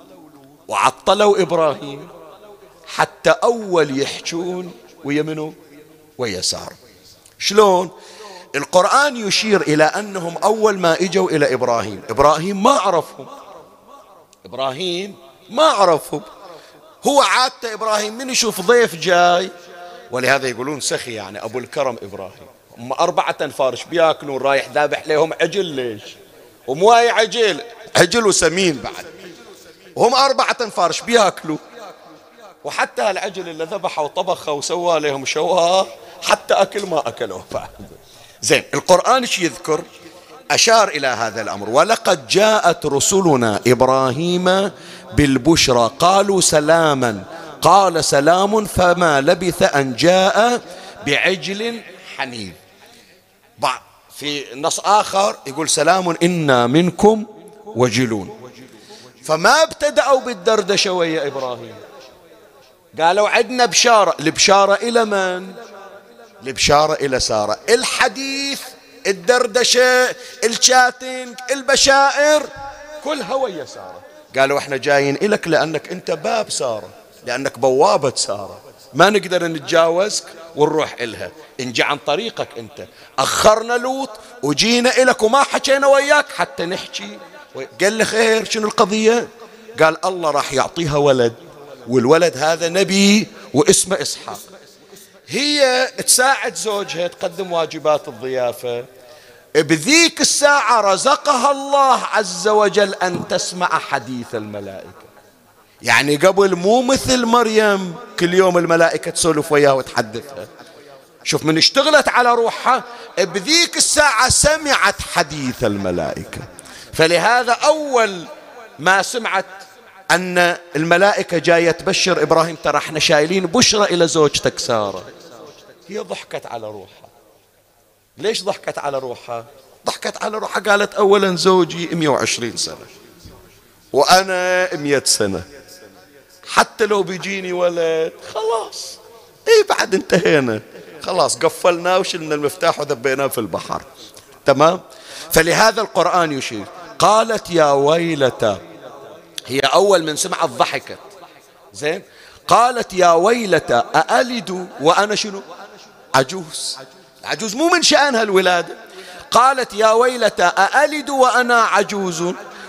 وعطلوا إبراهيم حتى أول يحجون ويا منو؟ ويا سارة. شلون؟ القرآن يشير إلى أنهم أول ما إجوا إلى إبراهيم، إبراهيم ما عرفهم، إبراهيم ما عرفهم، هو عادة إبراهيم من يشوف ضيف جاي، ولهذا يقولون سخي يعني أبو الكرم إبراهيم، هم أربعة فارش بياكلون، رايح ذابح لهم عجل، ليش؟ ومواي عجل عجل وسمين بعد، وهم أربعة فارش بياكلوا، وحتى هالعجل اللي ذبحه وطبخه وسوى لهم شواه حتى أكل ما أكلوه بعد. زين، القرآن ايش يذكر؟ أشار إلى هذا الأمر، ولقد جاءت رسلنا إبراهيم بالبشرى قالوا سلاما قال سلام فما لبث أن جاء بعجل حنيذ. في نص آخر يقول سلام إنا منكم وجلون. فما ابتدأوا بالدردشة ويا إبراهيم، قالوا عندنا بشارة. البشارة إلى من؟ البشارة إلى سارة. الحديث، الدردشة، الشاتنج، البشائر كلها ويا سارة. قالوا احنا جايين إلك لأنك انت باب سارة، لأنك بوابة سارة، ما نقدر نتجاوزك ونروح إلها، نجي عن طريقك أنت. أخرنا لوط وجينا إلك وما حكينا وياك حتى نحكي. قال له خير شنو القضية؟ قال الله راح يعطيها ولد، والولد هذا نبي واسمه إسحاق. هي تساعد زوجها تقدم واجبات الضيافة. بذيك الساعة رزقها الله عز وجل أن تسمع حديث الملائكة. يعني قبل مو مثل مريم كل يوم الملائكة تسولف وياها وتحدثها. شوف من اشتغلت على روحها بذيك الساعة سمعت حديث الملائكة. فلهذا أول ما سمعت أن الملائكة جاية تبشر إبراهيم ترى احنا شايلين بشرى إلى زوجتك سارة، هي ضحكت على روحها. ليش ضحكت على روحها؟ ضحكت على روحها قالت أولا زوجي مئة وعشرين سنة وأنا مئة سنة، حتى لو بيجيني ولد خلاص اي بعد انتهينا، خلاص قفلناه وشلنا المفتاح وذبيناه في البحر. تمام. فلهذا القرآن يشير قالت يا ويلتى، هي أول من سمعت ضحكت. زين. قالت يا ويلتى أألد وأنا شنو عجوز. عجوز مو من شأنها الولادة. قالت يا ويلتى أألد وأنا عجوز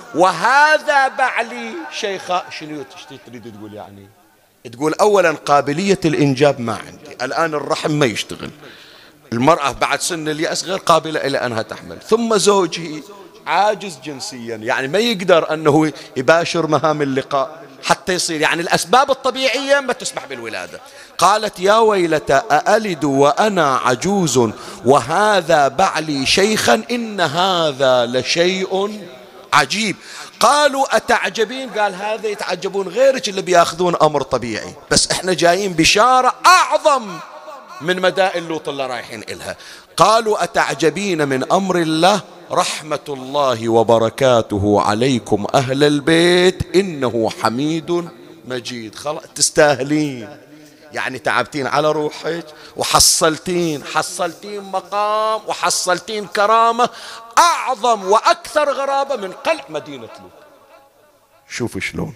وهذا بعلي شيخا. شنو تريد تقول؟ يعني تقول أولا قابلية الإنجاب ما عندي الآن، الرحم ما يشتغل، المرأة بعد سن اليأس غير قابلة إلى أنها تحمل، ثم زوجي عاجز جنسيا يعني ما يقدر أنه يباشر مهام اللقاء حتى يصير، يعني الأسباب الطبيعية ما تسمح بالولادة. قالت يا ويلتى أألد وأنا عجوز وهذا بعلي شيخا إن هذا لشيء عجيب. قالوا أتعجبين؟ قال هذا يتعجبون غيرك اللي بياخذون أمر طبيعي، بس احنا جايين بشارة أعظم من مدائن لوط اللي رايحين إلها. قالوا أتعجبين من أمر الله رحمة الله وبركاته عليكم أهل البيت إنه حميد مجيد. خلاص تستاهلين، يعني تعبتين على روحك وحصلتين حصلتين مقام وحصلتين كرامة أعظم وأكثر غرابة من قلع مدينة لوط. شوفوا شلون.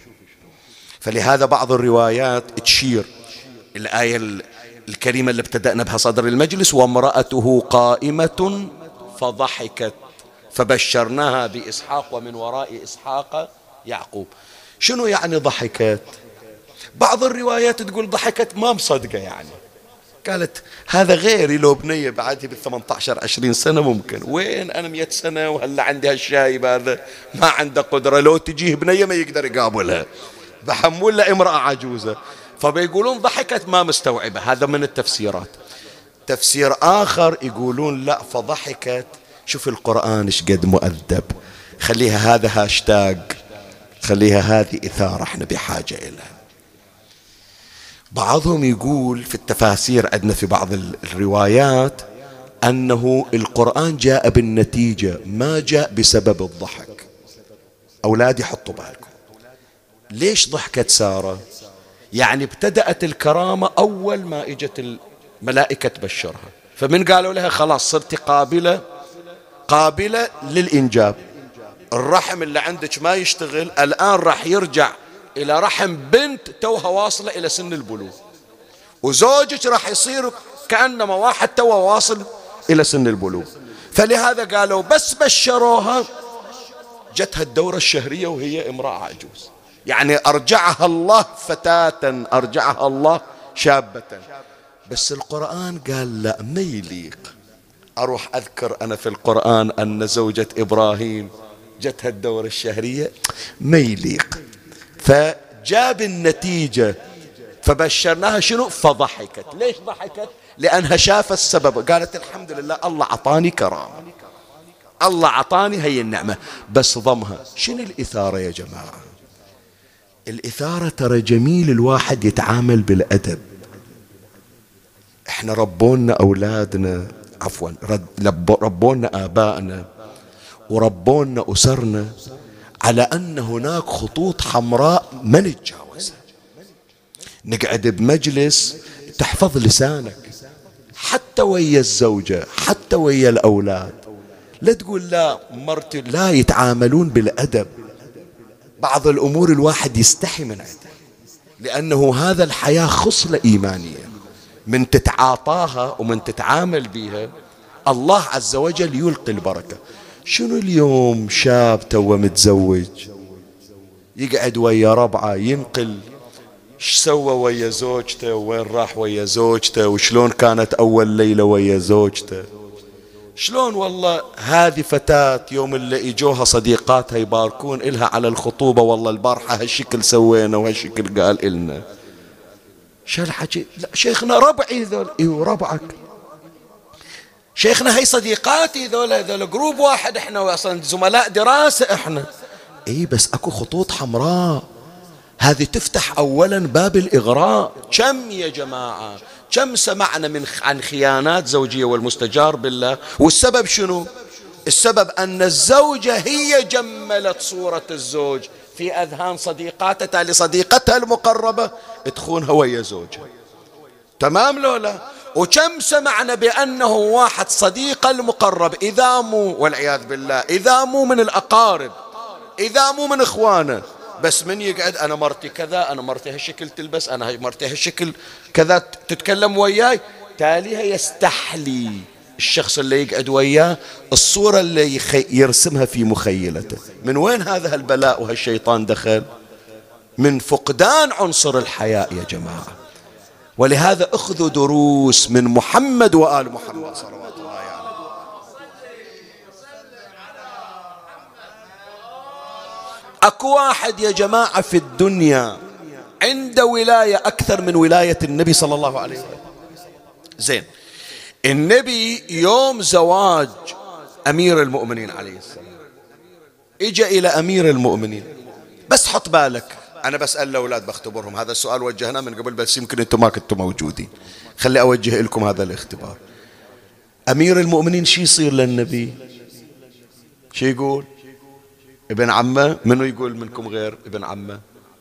فلهذا بعض الروايات تشير الآية الكريمة اللي ابتدأنا بها صدر المجلس وامرأته قائمة فضحكت فبشرناها بإسحاق ومن وراء إسحاق يعقوب. شنو يعني ضحكت؟ بعض الروايات تقول ضحكت ما مصدقة، يعني قالت هذا غيري لو بنية بعدي بالثمانية عشر عشرين سنة ممكن، وين أنا مئة سنة وهلا عندي هالشايب هذا ما عنده قدرة، لو تجيه بنية ما يقدر يقابلها، بحمل له امرأة عجوزة. فبيقولون ضحكت ما مستوعبة. هذا من التفسيرات. تفسير آخر يقولون لا فضحكت. شوف القرآن ايش قد مؤدب، خليها هذا هاشتاج، خليها هذه إثارة احنا بحاجة إلها. بعضهم يقول في التفاسير عندنا في بعض الروايات أنه القرآن جاء بالنتيجة ما جاء بسبب الضحك. أولادي حطوا بالكم ليش ضحكت سارة؟ يعني ابتدأت الكرامة أول ما إجت الملائكة تبشرها، فمن قالوا لها خلاص صرت قابلة قابلة للإنجاب، الرحم اللي عندك ما يشتغل الآن راح يرجع إلى رحم بنت توها واصلة إلى سن البلوغ، وزوجك راح يصير كأنما واحد توه واصل إلى سن البلوغ. فلهذا قالوا بس بشروها جتها الدورة الشهرية وهي امرأة عجوز، يعني أرجعها الله فتاة، أرجعها الله شابة. بس القرآن قال لا ما يليق أروح أذكر أنا في القرآن أن زوجة إبراهيم جتها الدورة الشهرية، ما يليق. فجاب النتيجة فبشرناها شنو؟ فضحكت. ليش ضحكت؟ لأنها شافت السبب، قالت الحمد لله الله عطاني كرامة، الله عطاني هي النعمة. بس ضمها شنو الإثارة يا جماعة؟ الإثارة ترى جميل الواحد يتعامل بالأدب. احنا ربونا أولادنا عفوا ربونا آبائنا وربونا أسرنا على أن هناك خطوط حمراء ما نتجاوزها. نقعد بمجلس تحفظ لسانك حتى ويا الزوجة حتى ويا الأولاد، لا تقول لا مرتي، لا يتعاملون بالأدب. بعض الأمور الواحد يستحي من عندها، لأنه هذا الحياة خصلة إيمانية، من تتعاطاها ومن تتعامل بها الله عز وجل يلقي البركة. شنو اليوم شاب توه متزوج يقعد ويا ربعه ينقل ايش سوى ويا زوجته، وين راح ويا زوجته، وشلون كانت أول ليلة ويا زوجته، شلون والله هذه فتاة يوم اللي اجوها صديقاتها يباركون إلها على الخطوبة، والله البارحة هالشكل سوينا وهالشكل قال إلنا. شو الحكي؟ لا شيخنا ربعي ذول. ايوه ربعك شيخنا، هي صديقاتي ذول، ذول جروب واحد، احنا اصلا زملاء دراسة احنا. اي بس اكو خطوط حمراء، هذه تفتح اولا باب الاغراء. كم يا جماعة كم سمعنا من عن خيانات زوجية والمستجار بالله، والسبب شنو؟ السبب ان الزوجة هي جملت صورة الزوج في اذهان صديقاتها لصديقتها المقربة تخونها ويا زوجها. تمام لولا؟ وكم سمعنا بأنه واحد صديق المقرب إذا مو والعياذ بالله إذا مو من الأقارب، إذا مو من إخوانه، بس من يقعد أنا مرتي كذا، أنا مرتي هالشكل تلبس، أنا مرتي هالشكل كذا تتكلم وياي، تاليها يستحلي الشخص اللي يقعد وياه الصورة اللي يرسمها في مخيلته. من وين هذا البلاء وهالشيطان دخل؟ من فقدان عنصر الحياء يا جماعة. ولهذا اخذوا دروس من محمد وآل محمد صلوات الله عليه. اكو واحد يا جماعة في الدنيا عنده ولاية اكثر من ولاية النبي صلى الله عليه وسلم. زين، النبي يوم زواج امير المؤمنين عليه السلام اجى الى امير المؤمنين، بس حط بالك أنا بسأل الأولاد بختبرهم، هذا السؤال وجهناه من قبل بس يمكن أنتم ما كنتم موجودين، خلي أوجه لكم هذا الاختبار. أمير المؤمنين شي يصير للنبي؟ شي يقول؟ ابن عمه؟ منو يقول منكم غير ابن عمه؟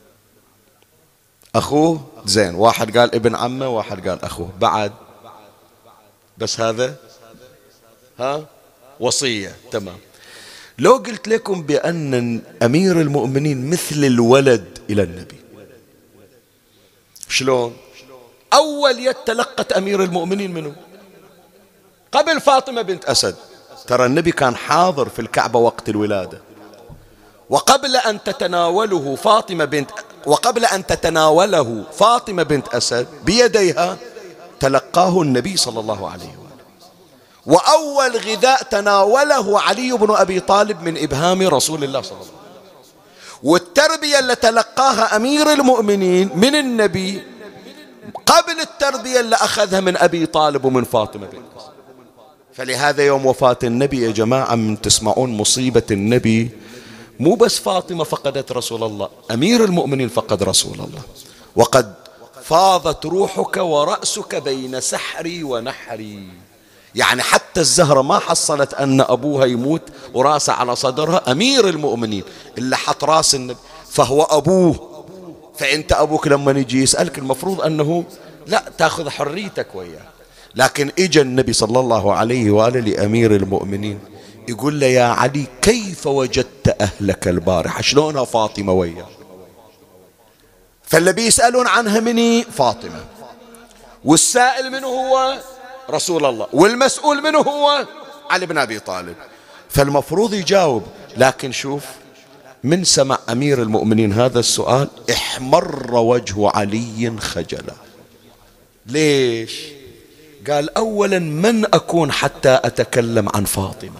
أخوه؟ زين، واحد قال ابن عمه واحد قال أخوه، بعد بس هذا ها وصية. تمام. لو قلت لكم بأن أمير المؤمنين مثل الولد إلى النبي، شلون؟ أول يد تلقت أمير المؤمنين منه قبل فاطمة بنت أسد. ترى النبي كان حاضر في الكعبة وقت الولادة، وقبل أن تتناوله فاطمة بنت وقبل أن تتناوله فاطمة بنت أسد بيديها تلقاه النبي صلى الله عليه وسلم. وأول غذاء تناوله علي بن أبي طالب من إبهام رسول الله صلى الله عليه وسلم. والتربية اللي تلقاها أمير المؤمنين من النبي قبل التربية اللي أخذها من أبي طالب ومن فاطمة بنت أسد. فلهذا يوم وفاة النبي يا جماعة من تسمعون مصيبة النبي، مو بس فاطمة فقدت رسول الله، أمير المؤمنين فقد رسول الله. وقد فاضت روحك ورأسك بين سحري ونحري، يعني حتى الزهرة ما حصلت أن أبوها يموت وراسه على صدرها، أمير المؤمنين اللي حط راس النبي فهو أبوه. فأنت أبوك لما يجي يسألك المفروض أنه لا تأخذ حريتك وياه. لكن إجا النبي صلى الله عليه وآله لأمير المؤمنين يقول له يا علي كيف وجدت أهلك البارحة؟ شلونها فاطمة وياه؟ فاللي بيسألون عنها مني فاطمة، والسائل منه هو رسول الله، والمسؤول منه هو علي بن أبي طالب، فالمفروض يجاوب. لكن شوف، من سمع أمير المؤمنين هذا السؤال احمر وجه علي خجلا. ليش؟ قال أولا من أكون حتى أتكلم عن فاطمة؟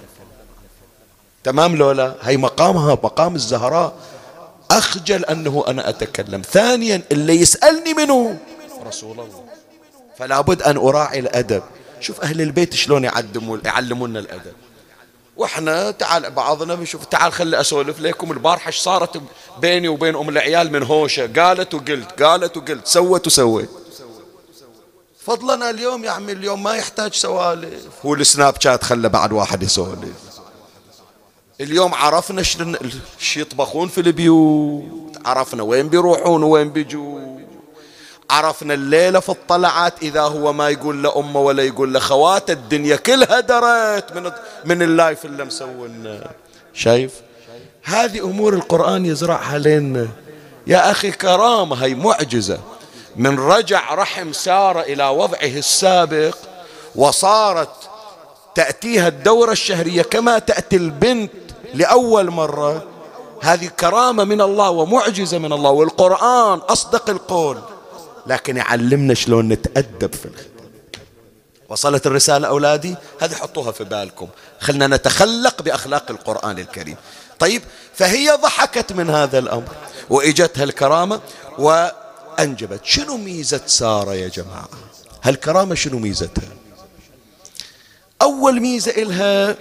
تمام لولا؟ هي مقامها مقام الزهراء، أخجل أنه أنا أتكلم. ثانيا اللي يسألني منه رسول الله، فلا بد أن أراعي الأدب. شوف أهل البيت شلون يعلمون الأدب، وإحنا تعال بعضنا بنشوف تعال خلي أسولف لكم البارحة ايش صارت بيني وبين أم العيال من هوشة، قالت وقلت قالت وقلت سوت وسويت. فضلنا اليوم يا عمي اليوم ما يحتاج سوالف، هو السناب شات خلى بعد واحد يسولف. اليوم عرفنا ايش يطبخون في البيوت، عرفنا وين بيروحون وين بيجون، عرفنا الليلة في الطلعات إذا هو ما يقول لأمه ولا يقول لخواته الدنيا كلها درت من من اللايف اللي مسوينا. شايف؟ هذه أمور القرآن يزرعها لنا. يا أخي كرامة، هي معجزة. من رجع رحم سارة إلى وضعه السابق وصارت تأتيها الدورة الشهرية كما تأتي البنت لأول مرة، هذه كرامة من الله ومعجزة من الله، والقرآن أصدق القول، لكن يعلمنا شلون نتأدب في الخدمة. وصلت الرسالة أولادي؟ هذه حطوها في بالكم، خلنا نتخلق بأخلاق القرآن الكريم. طيب، فهي ضحكت من هذا الأمر وإجتها الكرامة وأنجبت. شنو ميزة سارة يا جماعة؟ هالكرامة شنو ميزتها؟ أول ميزة إلها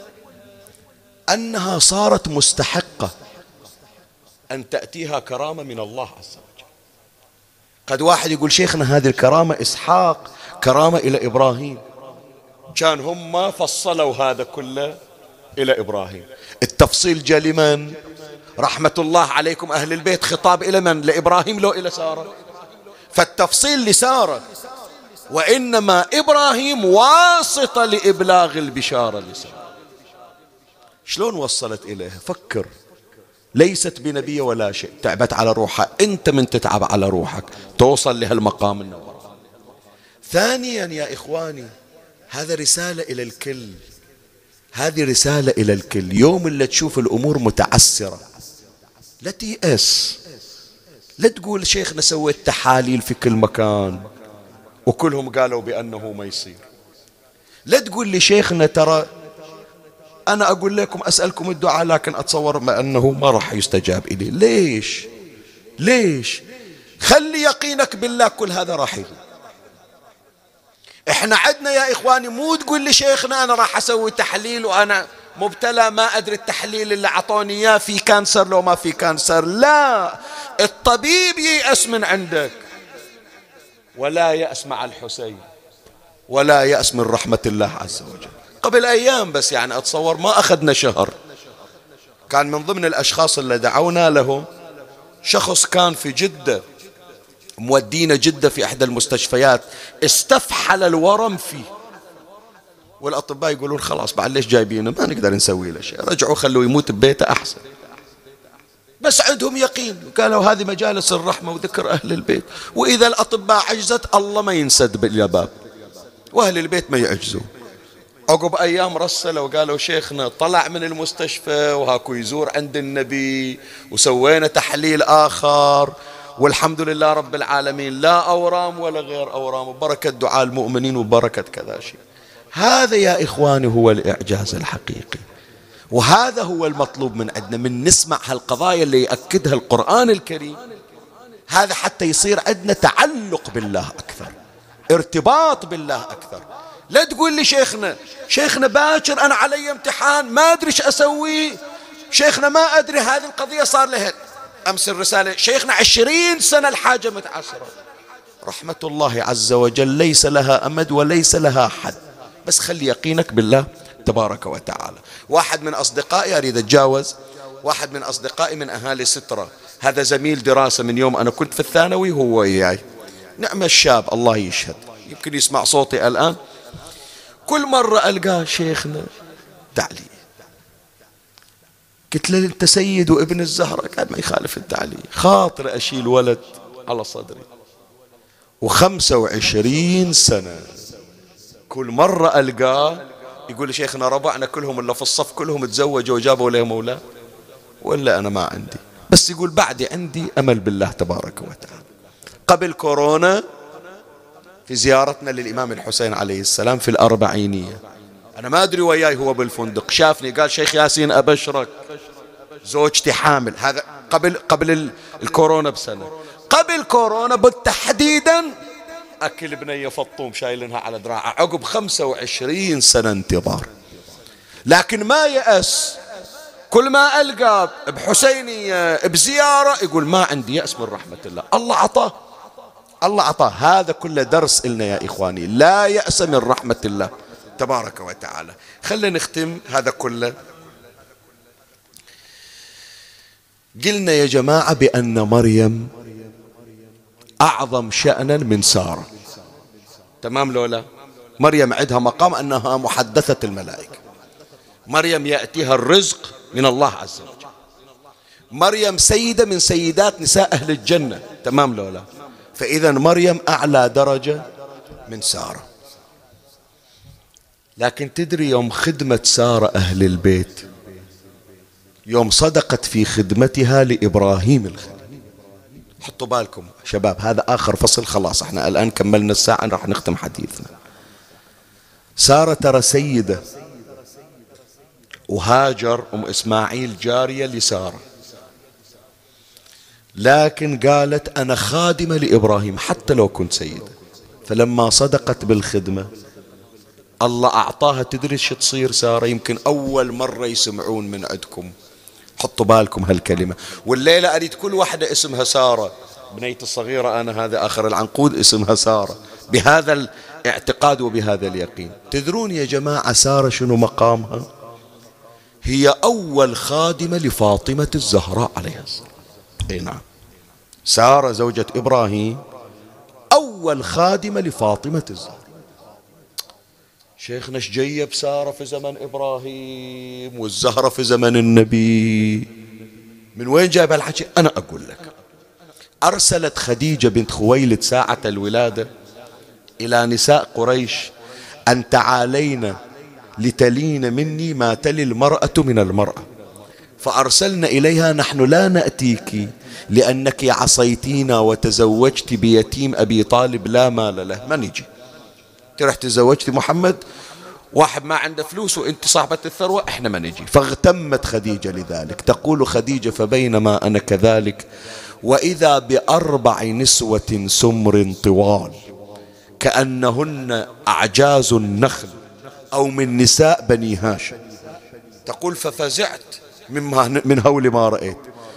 أنها صارت مستحقة أن تأتيها كرامة من الله عز وجل. قد واحد يقول شيخنا هذه الكرامة إسحاق كرامة إلى إبراهيم، كان هم فصلوا هذا كله إلى إبراهيم. التفصيل جاء لمن؟ رحمة الله عليكم أهل البيت، خطاب إلى من؟ لإبراهيم لو إلى سارة؟ فالتفصيل لسارة، وإنما إبراهيم واسطة لإبلاغ البشارة لسارة. شلون وصلت إليها؟ فكر، ليست بنبي ولا شيء، تعبت على روحها. أنت من تتعب على روحك توصل لهالمقام النور. ثانيا يا إخواني، هذا رسالة إلى الكل، هذه رسالة إلى الكل. يوم اللي تشوف الأمور متعسرة لا تيأس، لا تقول شيخنا سويت تحاليل في كل مكان وكلهم قالوا بأنه ما يصير. لا تقول لي شيخنا ترى أنا أقول لكم أسألكم الدعاء لكن أتصور ما أنه ما راح يستجاب إلي. ليش؟ ليش؟ خلي يقينك بالله، كل هذا راح يغيب. احنا عدنا يا إخواني، مو تقول لي شيخنا أنا راح أسوي تحليل وأنا مبتلى ما أدري التحليل اللي أعطوني إياه في كانسر لو ما في كانسر. لا، الطبيب ييأس من عندك، ولا يأس مع الحسين، ولا يأس من رحمة الله عز وجل. قبل أيام بس يعني أتصور ما أخذنا شهر، كان من ضمن الأشخاص اللي دعونا لهم شخص كان في جدة، مودينا جدة في إحدى المستشفيات، استفحل الورم فيه، والأطباء يقولون خلاص بعد ليش جايبينه، ما نقدر نسوي له شيء، رجعوا خلوه يموت ببيته أحسن. بس عندهم يقين، قالوا هذه مجالس الرحمة وذكر أهل البيت، وإذا الأطباء عجزت الله ما ينسد بالباب وأهل البيت ما يعجزوا. عقب أيام رسلوا وقالوا شيخنا طلع من المستشفى وهاكو يزور عند النبي وسوينا تحليل آخر والحمد لله رب العالمين، لا أورام ولا غير أورام، وبركة دعاء المؤمنين وبركة كذا شيء. هذا يا إخواني هو الإعجاز الحقيقي، وهذا هو المطلوب من عندنا، من نسمع هالقضايا اللي يأكدها القرآن الكريم. هذا حتى يصير عندنا تعلق بالله أكثر، ارتباط بالله أكثر. لا تقول لي شيخنا شيخنا باكر أنا علي امتحان ما أدري ايش أسوي، شيخنا ما أدري هذه القضية صار لها أمس الرسالة، شيخنا عشرين سنة الحاجة متعسرة. رحمة الله عز وجل ليس لها أمد وليس لها حد، بس خلي يقينك بالله تبارك وتعالى. واحد من أصدقائي أريد أتجاوز، واحد من أصدقائي من أهالي سترة، هذا زميل دراسة من يوم أنا كنت في الثانوي هو وياي، نعم الشاب الله يشهد، يمكن يسمع صوتي الآن. كل مرة ألقاه شيخنا تعليل، قلت له أنت سيد وابن الزهرة، قال ما يخالف التعليل، خاطر أشيل ولد على صدري وخمسة وعشرين سنة. كل مرة ألقاه يقول لي شيخنا ربعنا كلهم اللي في الصف كلهم تزوجوا وجابوا لهم أولاد، ولا أنا ما عندي، بس يقول بعدي عندي أمل بالله تبارك وتعالى. قبل كورونا في زيارتنا للإمام الحسين عليه السلام في الأربعينية، أنا ما أدري وياي هو بالفندق، شافني قال شيخ ياسين أبشرك زوجتي حامل، هذا قبل قبل الكورونا بسنة. قبل كورونا بالتحديدا أكل بنية فطوم شايلنها على دراعه عقب خمسة وعشرين سنة انتظار، لكن ما يأس. كل ما ألقى بحسينية بزيارة يقول ما عندي يأس من رحمة الله، الله عطاه الله عطاه. هذا كله درس إلنا يا إخواني، لا يأس من رحمة الله تبارك وتعالى. خلينا نختم هذا كله. قلنا يا جماعة بأن مريم أعظم شأنا من سارة، تمام لولا؟ مريم عندها مقام أنها محدثة الملائكة، مريم يأتيها الرزق من الله عز وجل، مريم سيدة من سيدات نساء أهل الجنة، تمام لو لا؟ فإذا مريم أعلى درجة من سارة. لكن تدري يوم خدمة سارة أهل البيت، يوم صدقت في خدمتها لإبراهيم الخليل. حطوا بالكم شباب، هذا آخر فصل، خلاص احنا الآن كملنا الساعة راح نختم حديثنا. سارة ترى سيدة، وهاجر أم إسماعيل جارية لسارة، لكن قالت أنا خادمة لإبراهيم حتى لو كنت سيدة. فلما صدقت بالخدمة الله أعطاها، تدري شو تصير سارة؟ يمكن أول مرة يسمعون من عندكم، حطوا بالكم هالكلمة. والليلة أريد كل واحدة اسمها سارة، بنيتي الصغيرة أنا هذا آخر العنقود اسمها سارة، بهذا الاعتقاد وبهذا اليقين. تدرون يا جماعة سارة شنو مقامها؟ هي أول خادمة لفاطمة الزهراء عليها السلام. أي نعم، سارة زوجة إبراهيم أول خادمة لفاطمة الزهراء. شيخنا ايش جيب سارة في زمن إبراهيم والزهرة في زمن النبي؟ من وين جايب هالحكي؟ أنا أقول لك. أرسلت خديجة بنت خويلد ساعة الولادة إلى نساء قريش أن تعالين لتلين مني ما تلي المرأة من المرأة. فأرسلنا إليها نحن لا نأتيك لأنك عصيتينا وتزوجت بيتيم أبي طالب لا مال له، ما نجي. تروح تزوجت محمد واحد ما عنده فلوس وانت صاحبة الثروة، احنا ما نجي. فاغتمت خديجة لذلك. تقول خديجة فبينما أنا كذلك وإذا بأربع نسوة سمر طوال كأنهن أعجاز النخل أو من نساء بني هاشم. تقول ففزعت مما من هول ما رأيت.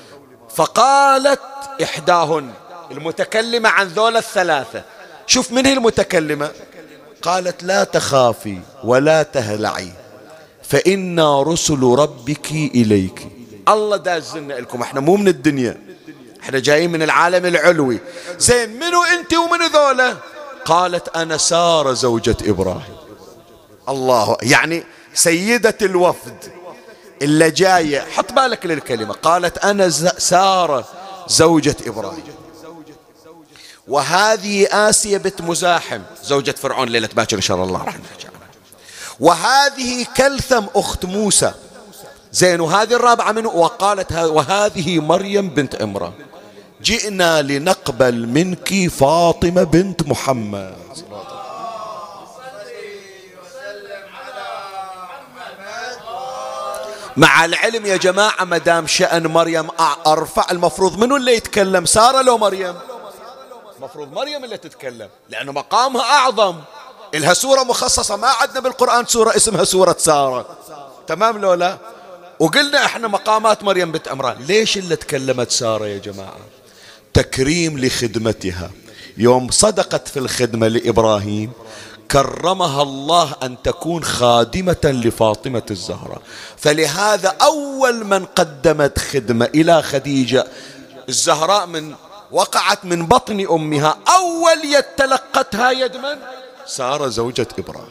فقالت إحداهن، المتكلمة عن ذول الثلاثة، شوف من هي المتكلمة، قالت لا تخافي ولا تهلعي فإنا رسل ربك إليك. الله دازلنا لكم، احنا مو من الدنيا، احنا جايين من العالم العلوي. زين منو انت ومنو ذولا؟ قالت أنا سارة زوجة إبراهيم. الله، يعني سيدة الوفد اللي جاية، حط بالك للكلمة، قالت أنا سارة زوجة إبراهيم. وهذه آسيا بنت مزاحم زوجة فرعون ليلة باكر إن شاء الله راح نحكي عنها. وهذه كلثم أخت موسى. زين، وهذه الرابعة منه. وقالت وهذه مريم بنت عمران. جئنا لنقبل منك فاطمة بنت محمد. مع العلم يا جماعة مدام شأن مريم أرفع، المفروض منو اللي يتكلم، سارة لو مريم؟ المفروض مريم اللي تتكلم لأنه مقامها أعظم. إلها سورة مخصصة، ما عندنا بالقرآن سورة اسمها سورة سارة، تمام لو لا؟ وقلنا احنا مقامات مريم بنت عمران. ليش اللي تكلمت سارة يا جماعة؟ تكريم لخدمتها. يوم صدقت في الخدمة لإبراهيم كرمها الله أن تكون خادمة لفاطمة الزهراء. فلهذا أول من قدمت خدمة إلى خديجة الزهراء من وقعت من بطن أمها، أول يتلقتها يد من؟ سارة زوجة إبراهيم.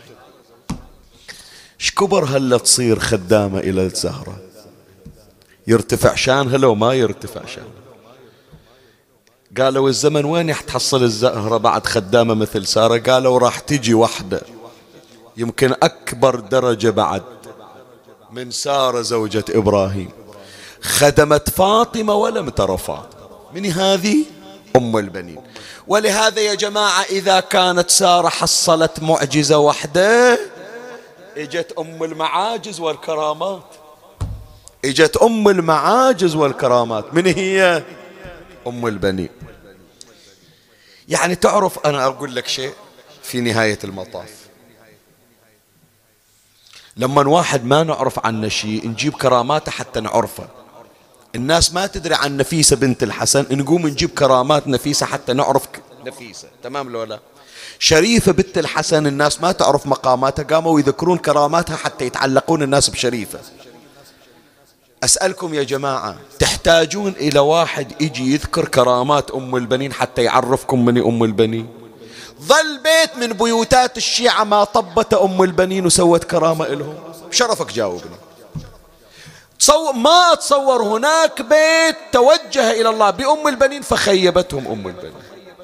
شكبر هلا تصير خدامة إلى الزهرة؟ يرتفع شانها لو ما يرتفع شانها؟ قالوا الزمن وين يحتحصل الزهرة بعد خدامة مثل سارة؟ قالوا راح تجي واحدة يمكن أكبر درجة بعد من سارة زوجة إبراهيم، خدمت فاطمة ولم تر فاطمة. من هذه؟ أم البنين. ولهذا يا جماعة إذا كانت سارة حصلت معجزة واحدة، اجت أم المعاجز والكرامات. اجت أم المعاجز والكرامات. من هي؟ أم البنين. يعني تعرف، أنا أقول لك شيء في نهاية المطاف، لما واحد ما نعرف عنه شيء نجيب كراماته حتى نعرفه. الناس ما تدري عن نفيسة بنت الحسن، نقوم نجيب كرامات نفيسة حتى نعرف نفيسة، تمام لو لا؟ شريفة بنت الحسن الناس ما تعرف مقاماتها، قاموا يذكرون كراماتها حتى يتعلقون الناس بشريفة. أسألكم يا جماعة، تحتاجون إلى واحد يجي يذكر كرامات أم البنين حتى يعرفكم من أم البنين؟ ظل بيت من بيوتات الشيعة ما طبت أم البنين وسوت كرامة إلهم؟ بشرفك جاوبني. ما أتصور هناك بيت توجه إلى الله بأم البنين فخيبتهم أم البنين.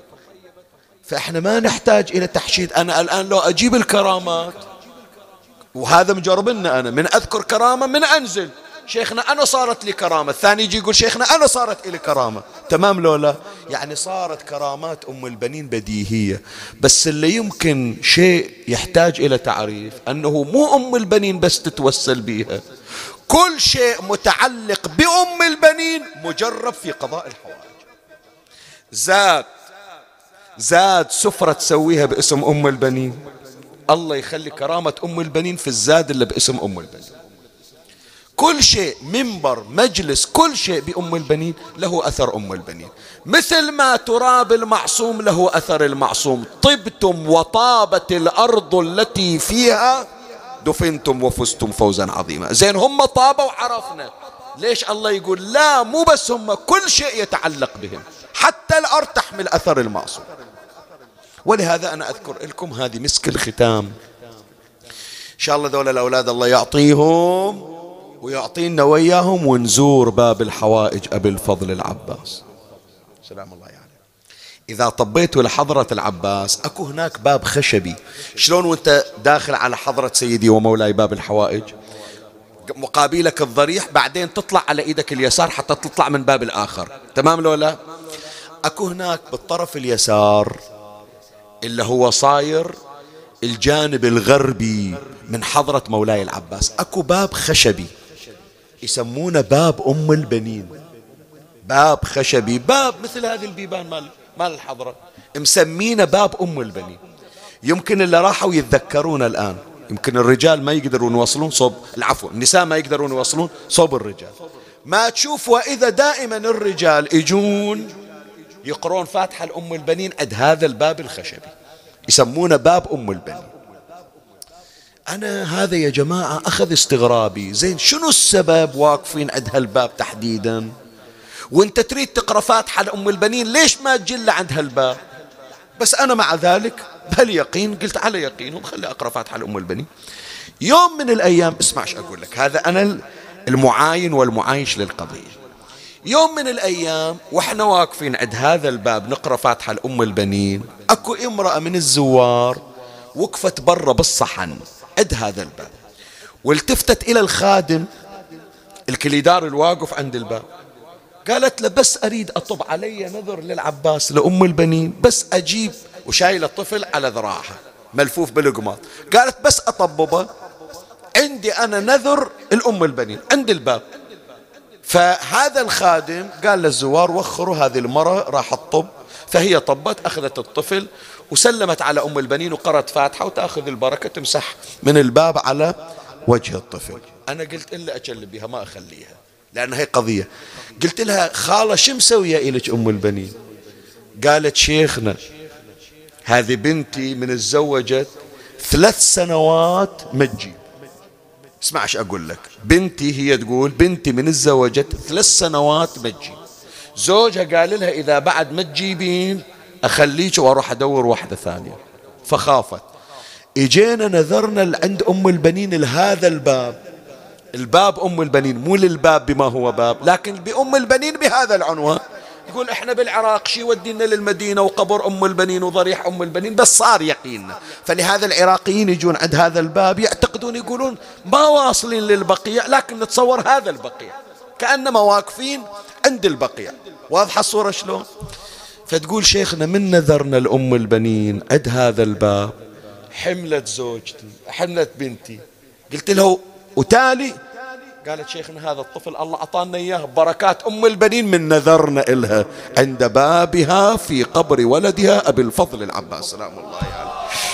فإحنا ما نحتاج إلى تحشيد. أنا الآن لو أجيب الكرامات، وهذا مجرب لنا، أنا من أذكر كرامة من أنزل شيخنا أنا صارت لي كرامة، الثاني يجي يقول شيخنا أنا صارت لي كرامة، تمام لو لا؟ يعني صارت كرامات أم البنين بديهية. بس اللي يمكن شيء يحتاج إلى تعريف أنه مو أم البنين بس تتوسل بيها، كل شيء متعلق بأم البنين مجرب في قضاء الحوائج. زاد زاد سفرة تسويها باسم أم البنين، الله يخلي كرامة أم البنين في الزاد اللي باسم أم البنين. كل شيء، منبر، مجلس، كل شيء بأم البنين له أثر أم البنين. مثل ما تراب المعصوم له أثر المعصوم. طبتم وطابت الأرض التي فيها دفنتم وفزتم فوزا عظيما. زين هم طابوا وعرفنا، ليش الله يقول لا مو بس هم، كل شيء يتعلق بهم، حتى الأرض تحمل أثر المعصوم. ولهذا أنا أذكر لكم هذه مسك الختام، إن شاء الله دول الأولاد الله يعطيهم ويعطينا وياهم، ونزور باب الحوائج أبي الفضل العباس سلام الله عليه. إذا طبيتوا لحضرة العباس أكو هناك باب خشبي، شلون وانت داخل على حضرة سيدي ومولاي باب الحوائج مقابلك الضريح، بعدين تطلع على إيدك اليسار حتى تطلع من باب الآخر، تمام لو لا؟ أكو هناك بالطرف اليسار اللي هو صاير الجانب الغربي من حضرة مولاي العباس، أكو باب خشبي يسمونه باب أم البنين. باب خشبي، باب مثل هذه البيبان مال مال الحضرة، مسمينه باب أم البنين. يمكن اللي راحوا يتذكرون الآن، يمكن الرجال ما يقدرون يوصلون صوب العفو النساء ما يقدرون يوصلون صوب الرجال. ما تشوف وإذا دائما الرجال يجون يقرون فاتحة لأم البنين عند هذا الباب الخشبي، يسمونه باب أم البنين. أنا هذا يا جماعة أخذ استغرابي، زين شنو السبب واقفين عند هالباب تحديدا؟ وانت تريد تقرأ فاتحة لأم البنين ليش ما تجل عند هالباب؟ بس أنا مع ذلك بهاليقين قلت على يقينهم خلي أقرأ فاتحة لأم البنين. يوم من الأيام اسمع ايش أقول لك، هذا أنا المعاين والمعايش للقضية. يوم من الأيام وإحنا واقفين عند هذا الباب نقرأ فاتحة لأم البنين، أكو امرأة من الزوار وقفت برا بالصحن عند هذا الباب، والتفتت إلى الخادم الكليدار الواقف عند الباب، قالت له بس أريد أطب علي نذر للعباس لأم البنين، بس أجيب، وشايل الطفل على ذراعها ملفوف بالقماط، قالت بس أطببه، عندي أنا نذر الأم البنين عند الباب. فهذا الخادم قال للزوار وخروا هذه المرة راح تطب، فهي طبت، أخذت الطفل وسلمت على أم البنين وقرأت فاتحة وتأخذ البركة تمسح من الباب على وجه الطفل. أنا قلت إلا أجل بها ما أخليها لأن هي قضية. قلت لها خالة شو مسوية إلك أم البنين؟ قالت شيخنا هذه بنتي من الزوجت ثلاث سنوات ما تجيب. اسمع ايش أقول لك، بنتي هي تقول بنتي من الزوجت ثلاث سنوات ما تجيب، زوجها قال لها إذا بعد ما تجيبين أخليك وأروح أدور واحدة ثانية، فخافت. إجينا نذرنا عند أم البنين لهذا الباب، الباب أم البنين مو للباب بما هو باب، لكن بأم البنين بهذا العنوان. يقول إحنا بالعراق شي ودينا للمدينة وقبر أم البنين وضريح أم البنين، بس صار يقيننا. فلهذا العراقيين يجون عند هذا الباب يعتقدون يقولون ما واصلين للبقيع، لكن نتصور هذا البقيع كأنما واقفين عند البقيع. واضحة الصورة شلون؟ فتقول شيخنا من نذرنا لأم البنين عند هذا الباب حملت زوجتي حملت بنتي. قلت له وتالي؟ قالت شيخنا هذا الطفل الله أعطانا إياه بركات أم البنين من نذرنا إلها عند بابها في قبر ولدها أبي الفضل العباس سلام الله عليه.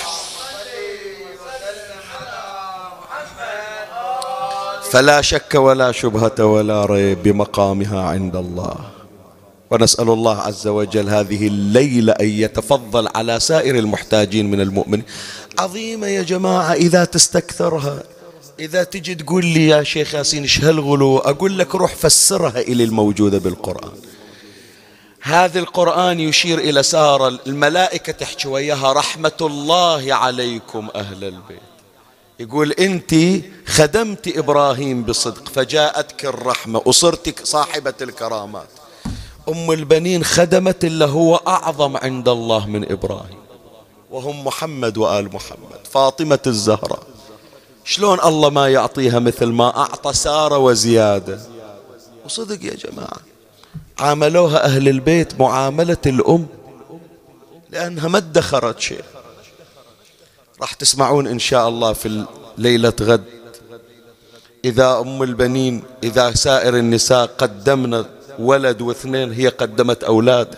فلا شك ولا شبهة ولا ريب بمقامها عند الله. ونسأل الله عز وجل هذه الليلة أن يتفضل على سائر المحتاجين من المؤمنين. عظيمة يا جماعة إذا تستكثرها. إذا تجي تقول لي يا شيخ ياسين إيش هالغلو، أقول لك روح فسرها إلى الموجودة بالقرآن. هذا القرآن يشير إلى سارة الملائكة تحكي وياها رحمة الله عليكم أهل البيت. يقول أنت خدمت إبراهيم بصدق فجاءتك الرحمة وصرت صاحبة الكرامات. أم البنين خدمت اللي هو أعظم عند الله من إبراهيم، وهم محمد وآل محمد، فاطمة الزهراء. شلون الله ما يعطيها مثل ما أعطى سارة وزيادة؟ وصدق يا جماعة عاملوها أهل البيت معاملة الأم، لأنها ما ادخرت شيء. راح تسمعون إن شاء الله في ليلة غد إذا أم البنين، إذا سائر النساء قدمنا ولد واثنين، هي قدمت أولادها.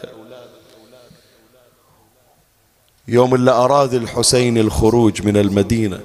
يوم اللي أراد الحسين الخروج من المدينة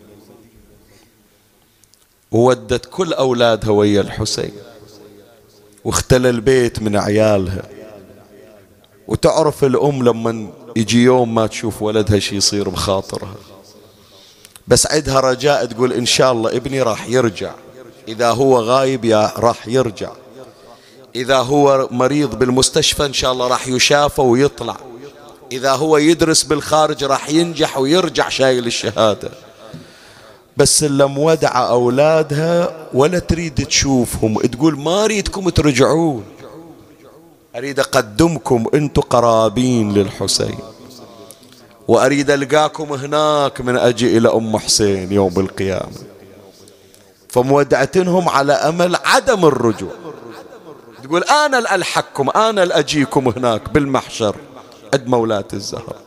وودت كل أولادها ويا الحسين، واختلى البيت من عيالها. وتعرف الأم لما يجي يوم ما تشوف ولدها شي يصير بخاطرها، بس عندها رجاء، تقول إن شاء الله ابني راح يرجع، إذا هو غايب يا راح يرجع، إذا هو مريض بالمستشفى إن شاء الله راح يشافى ويطلع، إذا هو يدرس بالخارج راح ينجح ويرجع شايل الشهادة. بس اللي مودعة أولادها ولا تريد تشوفهم، تقول ما أريدكم ترجعون، أريد أقدمكم أنتم قرابين للحسين، وأريد ألقاكم هناك من أجي إلى أم حسين يوم القيامة. فمودعتنهم على أمل عدم الرجوع، تقول أنا اللي ألحقكم، أنا اللي أجيكم هناك بالمحشر عند مولاة الزهراء.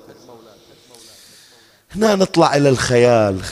هنا نطلع إلى الخيال،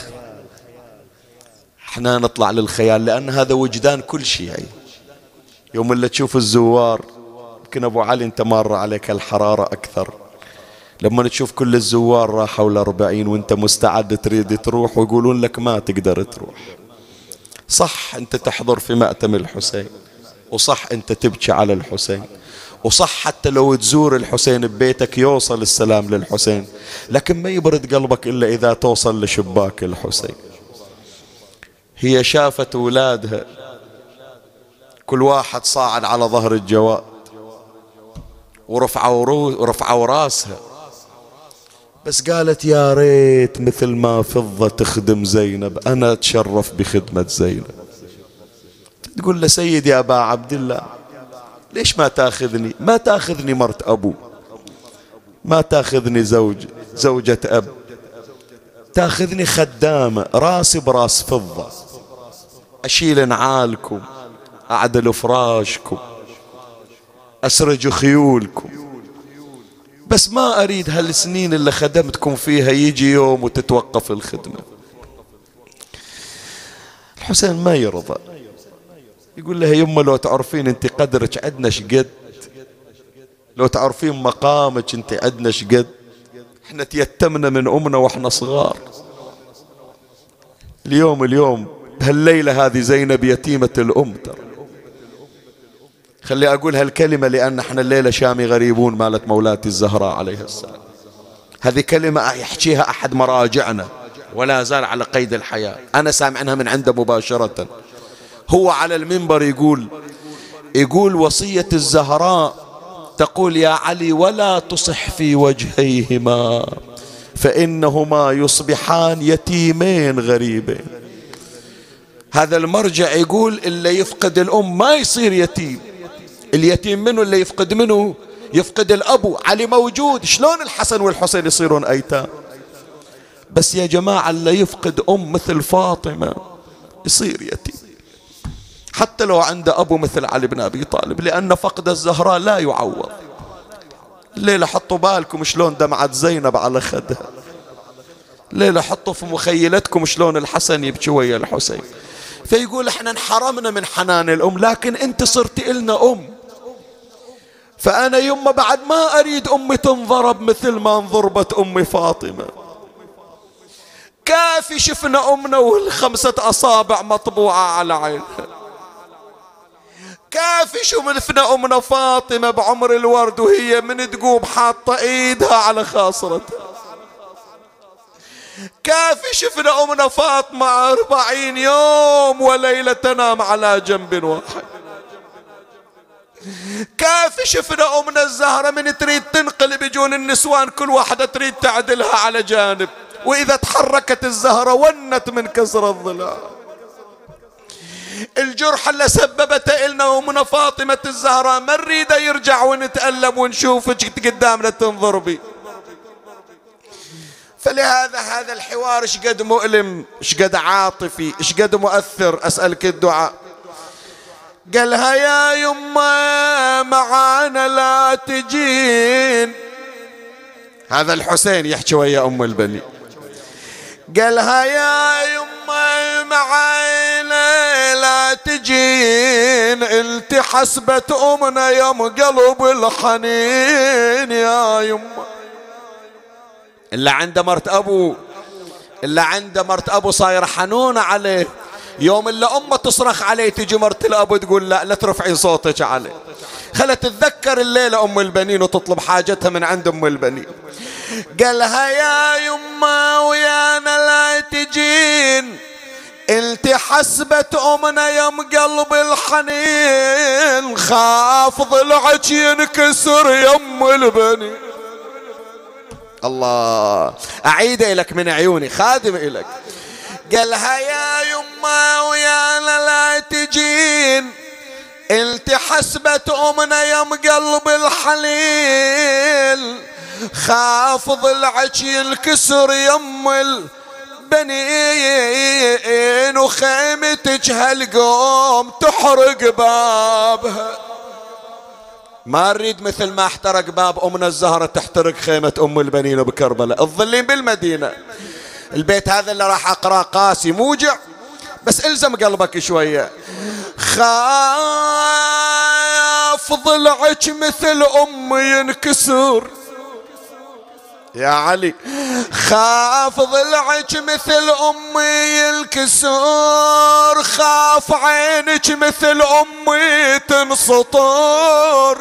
احنا نطلع للخيال، لأن هذا وجدان كل شيعي. يوم اللي تشوف الزوار، يمكن أبو علي أنت مار عليك الحرارة أكثر، لما تشوف كل الزوار راحوا الأربعين وأنت مستعد تريد تروح ويقولون لك ما تقدر تروح. صح أنت تحضر في مأتم الحسين، وصح أنت تبكي على الحسين، وصح حتى لو تزور الحسين ببيتك يوصل السلام للحسين، لكن ما يبرد قلبك إلا إذا توصل لشباك الحسين. هي شافت أولادها كل واحد صاعد على ظهر الجواد ورفعوا ورفعوا راسها، بس قالت يا ريت مثل ما فضة تخدم زينب أنا أتشرف بخدمة زينب. تقول له سيدي يا أبا عبد الله ليش ما تاخذني، ما تاخذني مرت أبو، ما تاخذني زوج زوجة أب، تاخذني خدامة راسي براس فضة، أشيل نعالكم، أعدل فراشكم، أسرج خيولكم، بس ما أريد هالسنين اللي خدمتكم فيها يجي يوم وتتوقف الخدمة. الحسين ما يرضى، يقول لها يما لو تعرفين انت قدرك عدنا شقد، لو تعرفين مقامك انت عدنا شقد، احنا تيتمنا من أمنا واحنا صغار. اليوم اليوم بهالليلة هذه زينب يتيمة الأم. ترى خلي أقول هالكلمة لأن احنا الليلة شامي غريبون مالت مولاة الزهراء عليها السلام. هذه كلمة يحكيها أحد مراجعنا ولا زال على قيد الحياة، أنا سامعنها من عنده مباشرة. هو على المنبر يقول يقول وصية الزهراء تقول يا علي ولا تصح في وجهيهما فإنهما يصبحان يتيمين غريبين. هذا المرجع يقول اللي يفقد الأم ما يصير يتيم، اليتيم منه اللي يفقد منه يفقد الأب. علي موجود، شلون الحسن والحسين يصيرون أيتام؟ بس يا جماعة اللي يفقد أم مثل فاطمة يصير يتيم، حتى لو عنده أبو مثل علي بن أبي طالب، لأن فقد الزهراء لا يعوض. الليلة حطوا بالكم شلون دمعت زينب على خدها، الليلة حطوا في مخيلتكم شلون الحسن يبكي ويا الحسين. فيقول احنا انحرمنا من حنان الأم، لكن انت صرت إلنا أم، فأنا يما بعد ما أريد أمي تنضرب مثل ما انضربت أمي فاطمة. كافي شفنا أمنا والخمسة أصابع مطبوعة على عينها، كافي شفنا أمنا فاطمة بعمر الورد وهي من تقوم حاطة إيدها على خاصرتها، كافي شفنا أمنا فاطمة أربعين يوم وليلة تنام على جنب واحد، كافي شفنا أمنا الزهرة من تريد تنقلب يجون النسوان كل واحدة تريد تعدلها على جانب، وإذا تحركت الزهرة ونت من كسر الظلال. الجرح اللي سببته إلنا ومن فاطمة الزهراء ما نريده يرجع ونتألم ونشوفك قدامنا تنظر بي. فلهذا هذا الحوار ايش قد مؤلم، ايش قد عاطفي، ايش قد مؤثر. أسألك الدعاء. قالها يا يمه معانا لا تجين. هذا الحسين يحكي ويا أم البنين. قالها يا يمه معانا لا تجين، انت حسبت أمنا يم قلب الحنين يا يمه. اللي عنده مرت أبو، اللي عنده مرت أبو صاير حنونة عليه، يوم اللي أمه تصرخ عليه تجي مرت الأبو تقول لا لا ترفعي صوتك عليه. خلت تتذكر الليلة أم البنين وتطلب حاجتها من عند أم البنين. قالها يا يمه ويانا لا تجين، انت حسبت أمنا يم قلب الحنين، خاف ضلعك ينكسر يم البنين. الله، أعيد إلك من عيوني، خادم إلك. قالها يا يمه ويانا لا تجين، انت حسبت أمنا يم قلب الحنين، خاف ضلعك ينكسر يم البنين، وخيمتك هالقوم تحرق بابها. ما نريد مثل ما احترق باب أمنا الزهرة تحترق خيمة أم البنين بكربلاء. الظلين بالمدينة. البيت هذا اللي راح أقرأ قاسي موجع، بس إلزم قلبك شوية. خاف ضلعك مثل أمي ينكسر يا علي، خاف ضلعك مثل أمي ينكسر، خاف عينك مثل أمي تنسطر،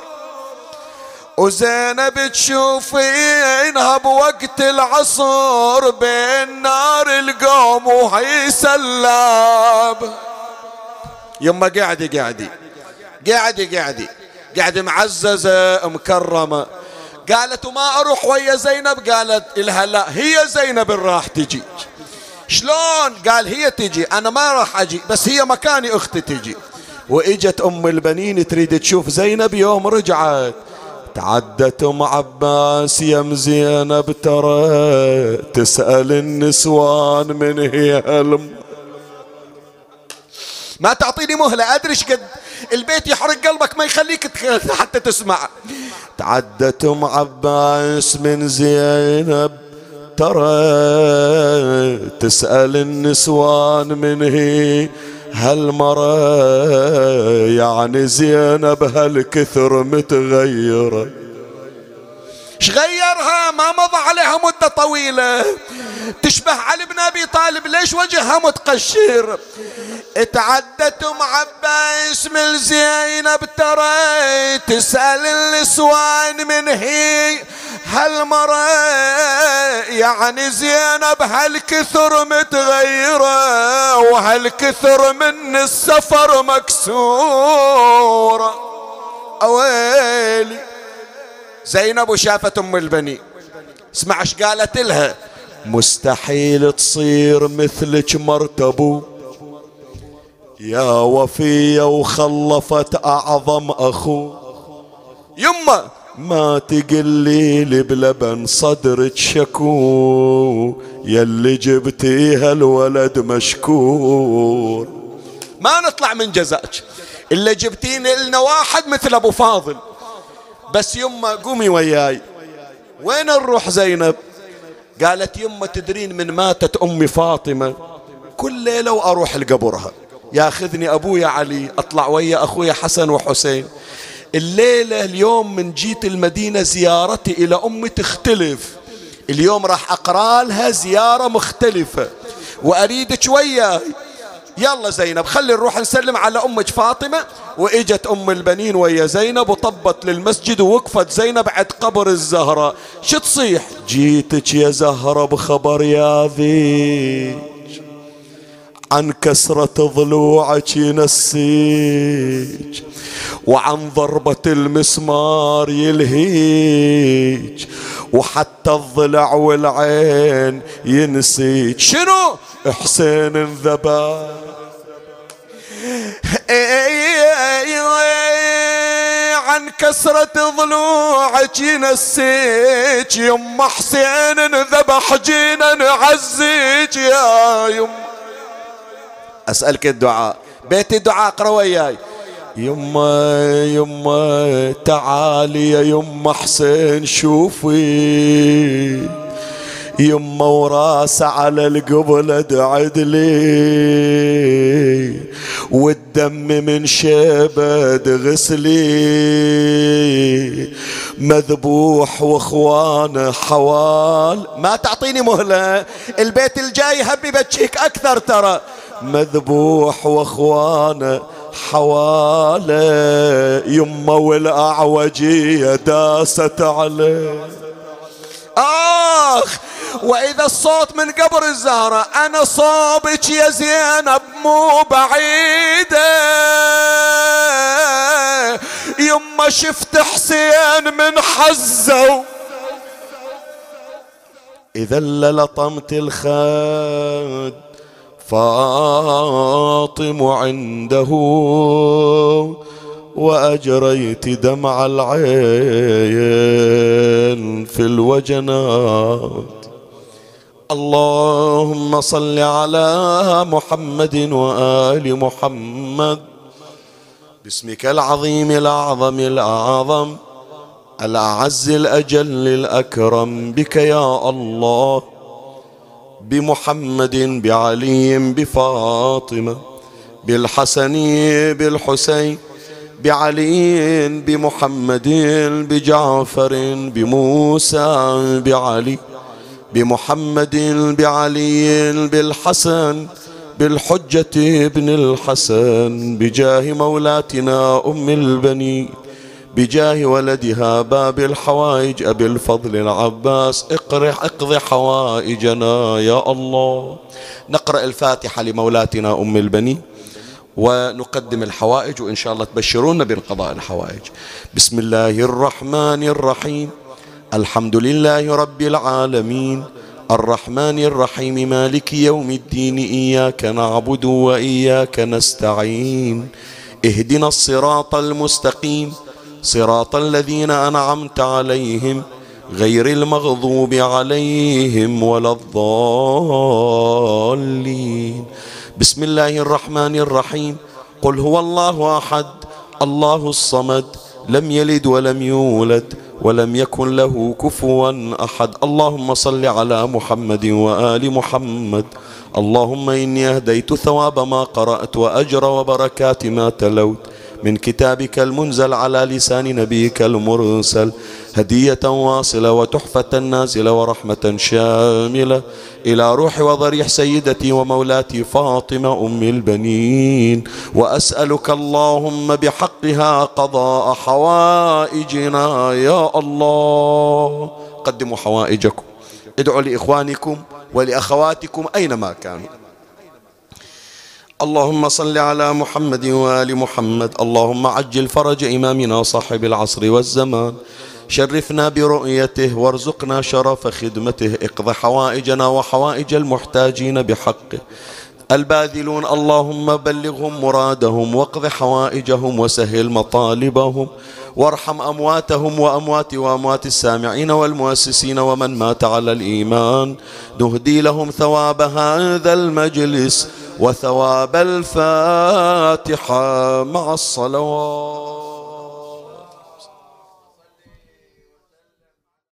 وزينب تشوفينها بوقت العصر بين نار القوم وهي سلاب. يما قاعدة قاعدة قاعدة قاعدة قاعدة معززة مكرمة. قالت وما أروح ويا زينب؟ قالت إلها لا، هي زينب راح تجي. شلون؟ قال هي تجي، أنا ما راح أجي، بس هي مكاني أختي تجي. وإجت أم البنين تريد تشوف زينب. يوم رجعت تعدت أم عباس يم زينب ترى تسأل النسوان من هي هالم. ما تعطيني مهلة، أدري قد البيت يحرق قلبك ما يخليك حتى تسمع. تعدت أم عباس من زينب ترى تسأل النسوان من هي هالمرة، يعني زينب هالكثر متغيرة. شغيرها؟ ما مضى عليها مدة طويلة، تشبه علي بن أبي طالب، ليش وجهها متقشر. اتعدت أم عباس من زينب ترى تسأل النسوان من هي هالمرة، يعني زينب هالكثر متغيرة وهالكثر من السفر مكسورة. أويلي زينب وشافت أم البنين. اسمع ايش قالت لها. مستحيل تصير مثلك مرتبو يا وفية وخلفت أعظم أخو. يما ما تقلي لي بلبن صدرك شكو، يلي جبتيها الولد مشكور. ما نطلع من جزاك، اللي جبتين لنا واحد مثل أبو فاضل. بس يما قومي وياي. وين نروح زينب؟ قالت يما تدرين من ماتت أمي فاطمة كل ليلة وأروح لقبرها، ياخذني أبويا علي أطلع ويا أخويا حسن وحسين. الليلة اليوم من جيت المدينة زيارتي إلى أمي تختلف، اليوم راح أقرأ لها زيارة مختلفة وأريدك وياي. يلا زينب خلي نروح نسلم على أمك فاطمة. وإجت أم البنين ويا زينب وطبت للمسجد، ووقفت زينب عند قبر الزهراء. شو تصيح؟ جيتك يا زهرة بخبر يا ذيك، عن كسرة ضلوعك ينسيك، وعن ضربة المسمار يلهيك، وحتى الضلع والعين ينسيك. شنو؟ حسين انذبح عن كسرة ضلوعك ينسيك يما حسين انذبح جينا نعزيك يا يما. أسألك الدعاء، بيت الدعاء اقرأ وياي. يما يما تعالي يا يما حسين شوفي يما وراسه على القبلة ادعدلي والدم من شبد غسلي مذبوح واخوانه حوال. ما تعطيني مهلة، البيت الجاي هبي بتشيك اكثر ترى. مذبوح واخوانه حواله يما والاعوجية داست عليه. آخ وإذا الصوت من قبر الزهرة أنا صوبك يا زينب مو بعيدة يما شفت حسين من حزه إذا لطمت الخد فاطم عنده وأجريت دمع العين في الوجنات. اللهم صل على محمد وآل محمد باسمك العظيم الأعظم الأعظم الأعز الأجل الأكرم بك يا الله بمحمد بعلي بفاطمة بالحسن بالحسين بعلي بمحمد بجعفر بموسى بعلي بمحمد بعلي بالحسن بالحجة ابن الحسن بجاه مولاتنا أم البنين بجاه ولدها باب الحوائج أبي الفضل العباس اقضي حوائجنا يا الله. نقرأ الفاتحة لمولاتنا أم البنين ونقدم الحوائج وإن شاء الله تبشرونا بانقضاء الحوائج. بسم الله الرحمن الرحيم الحمد لله رب العالمين الرحمن الرحيم مالك يوم الدين إياك نعبد وإياك نستعين اهدنا الصراط المستقيم صراط الذين أنعمت عليهم غير المغضوب عليهم ولا الضالين. بسم الله الرحمن الرحيم قل هو الله أحد الله الصمد لم يلد ولم يولد ولم يكن له كفوا أحد. اللهم صل على محمد وآل محمد. اللهم إني أهديت ثواب ما قرأت وأجر وبركات ما تلوت من كتابك المنزل على لسان نبيك المرسل هدية واصلة وتحفة نازلة ورحمة شاملة إلى روح وضريح سيدتي ومولاتي فاطمة أم البنين. وأسألك اللهم بحقها قضاء حوائجنا يا الله. قدموا حوائجكم، ادعوا لإخوانكم ولأخواتكم أينما كانوا. اللهم صل على محمد وآل محمد. اللهم عجل فرج إمامنا صاحب العصر والزمان شرفنا برؤيته وارزقنا شرف خدمته اقض حوائجنا وحوائج المحتاجين بحقه الباذلون. اللهم بلغهم مرادهم واقض حوائجهم وسهل مطالبهم وارحم أمواتهم وأموات وأموات السامعين والمؤسسين ومن مات على الإيمان. نهدي لهم ثواب هذا المجلس وثواب الفاتحة مع الصلوات.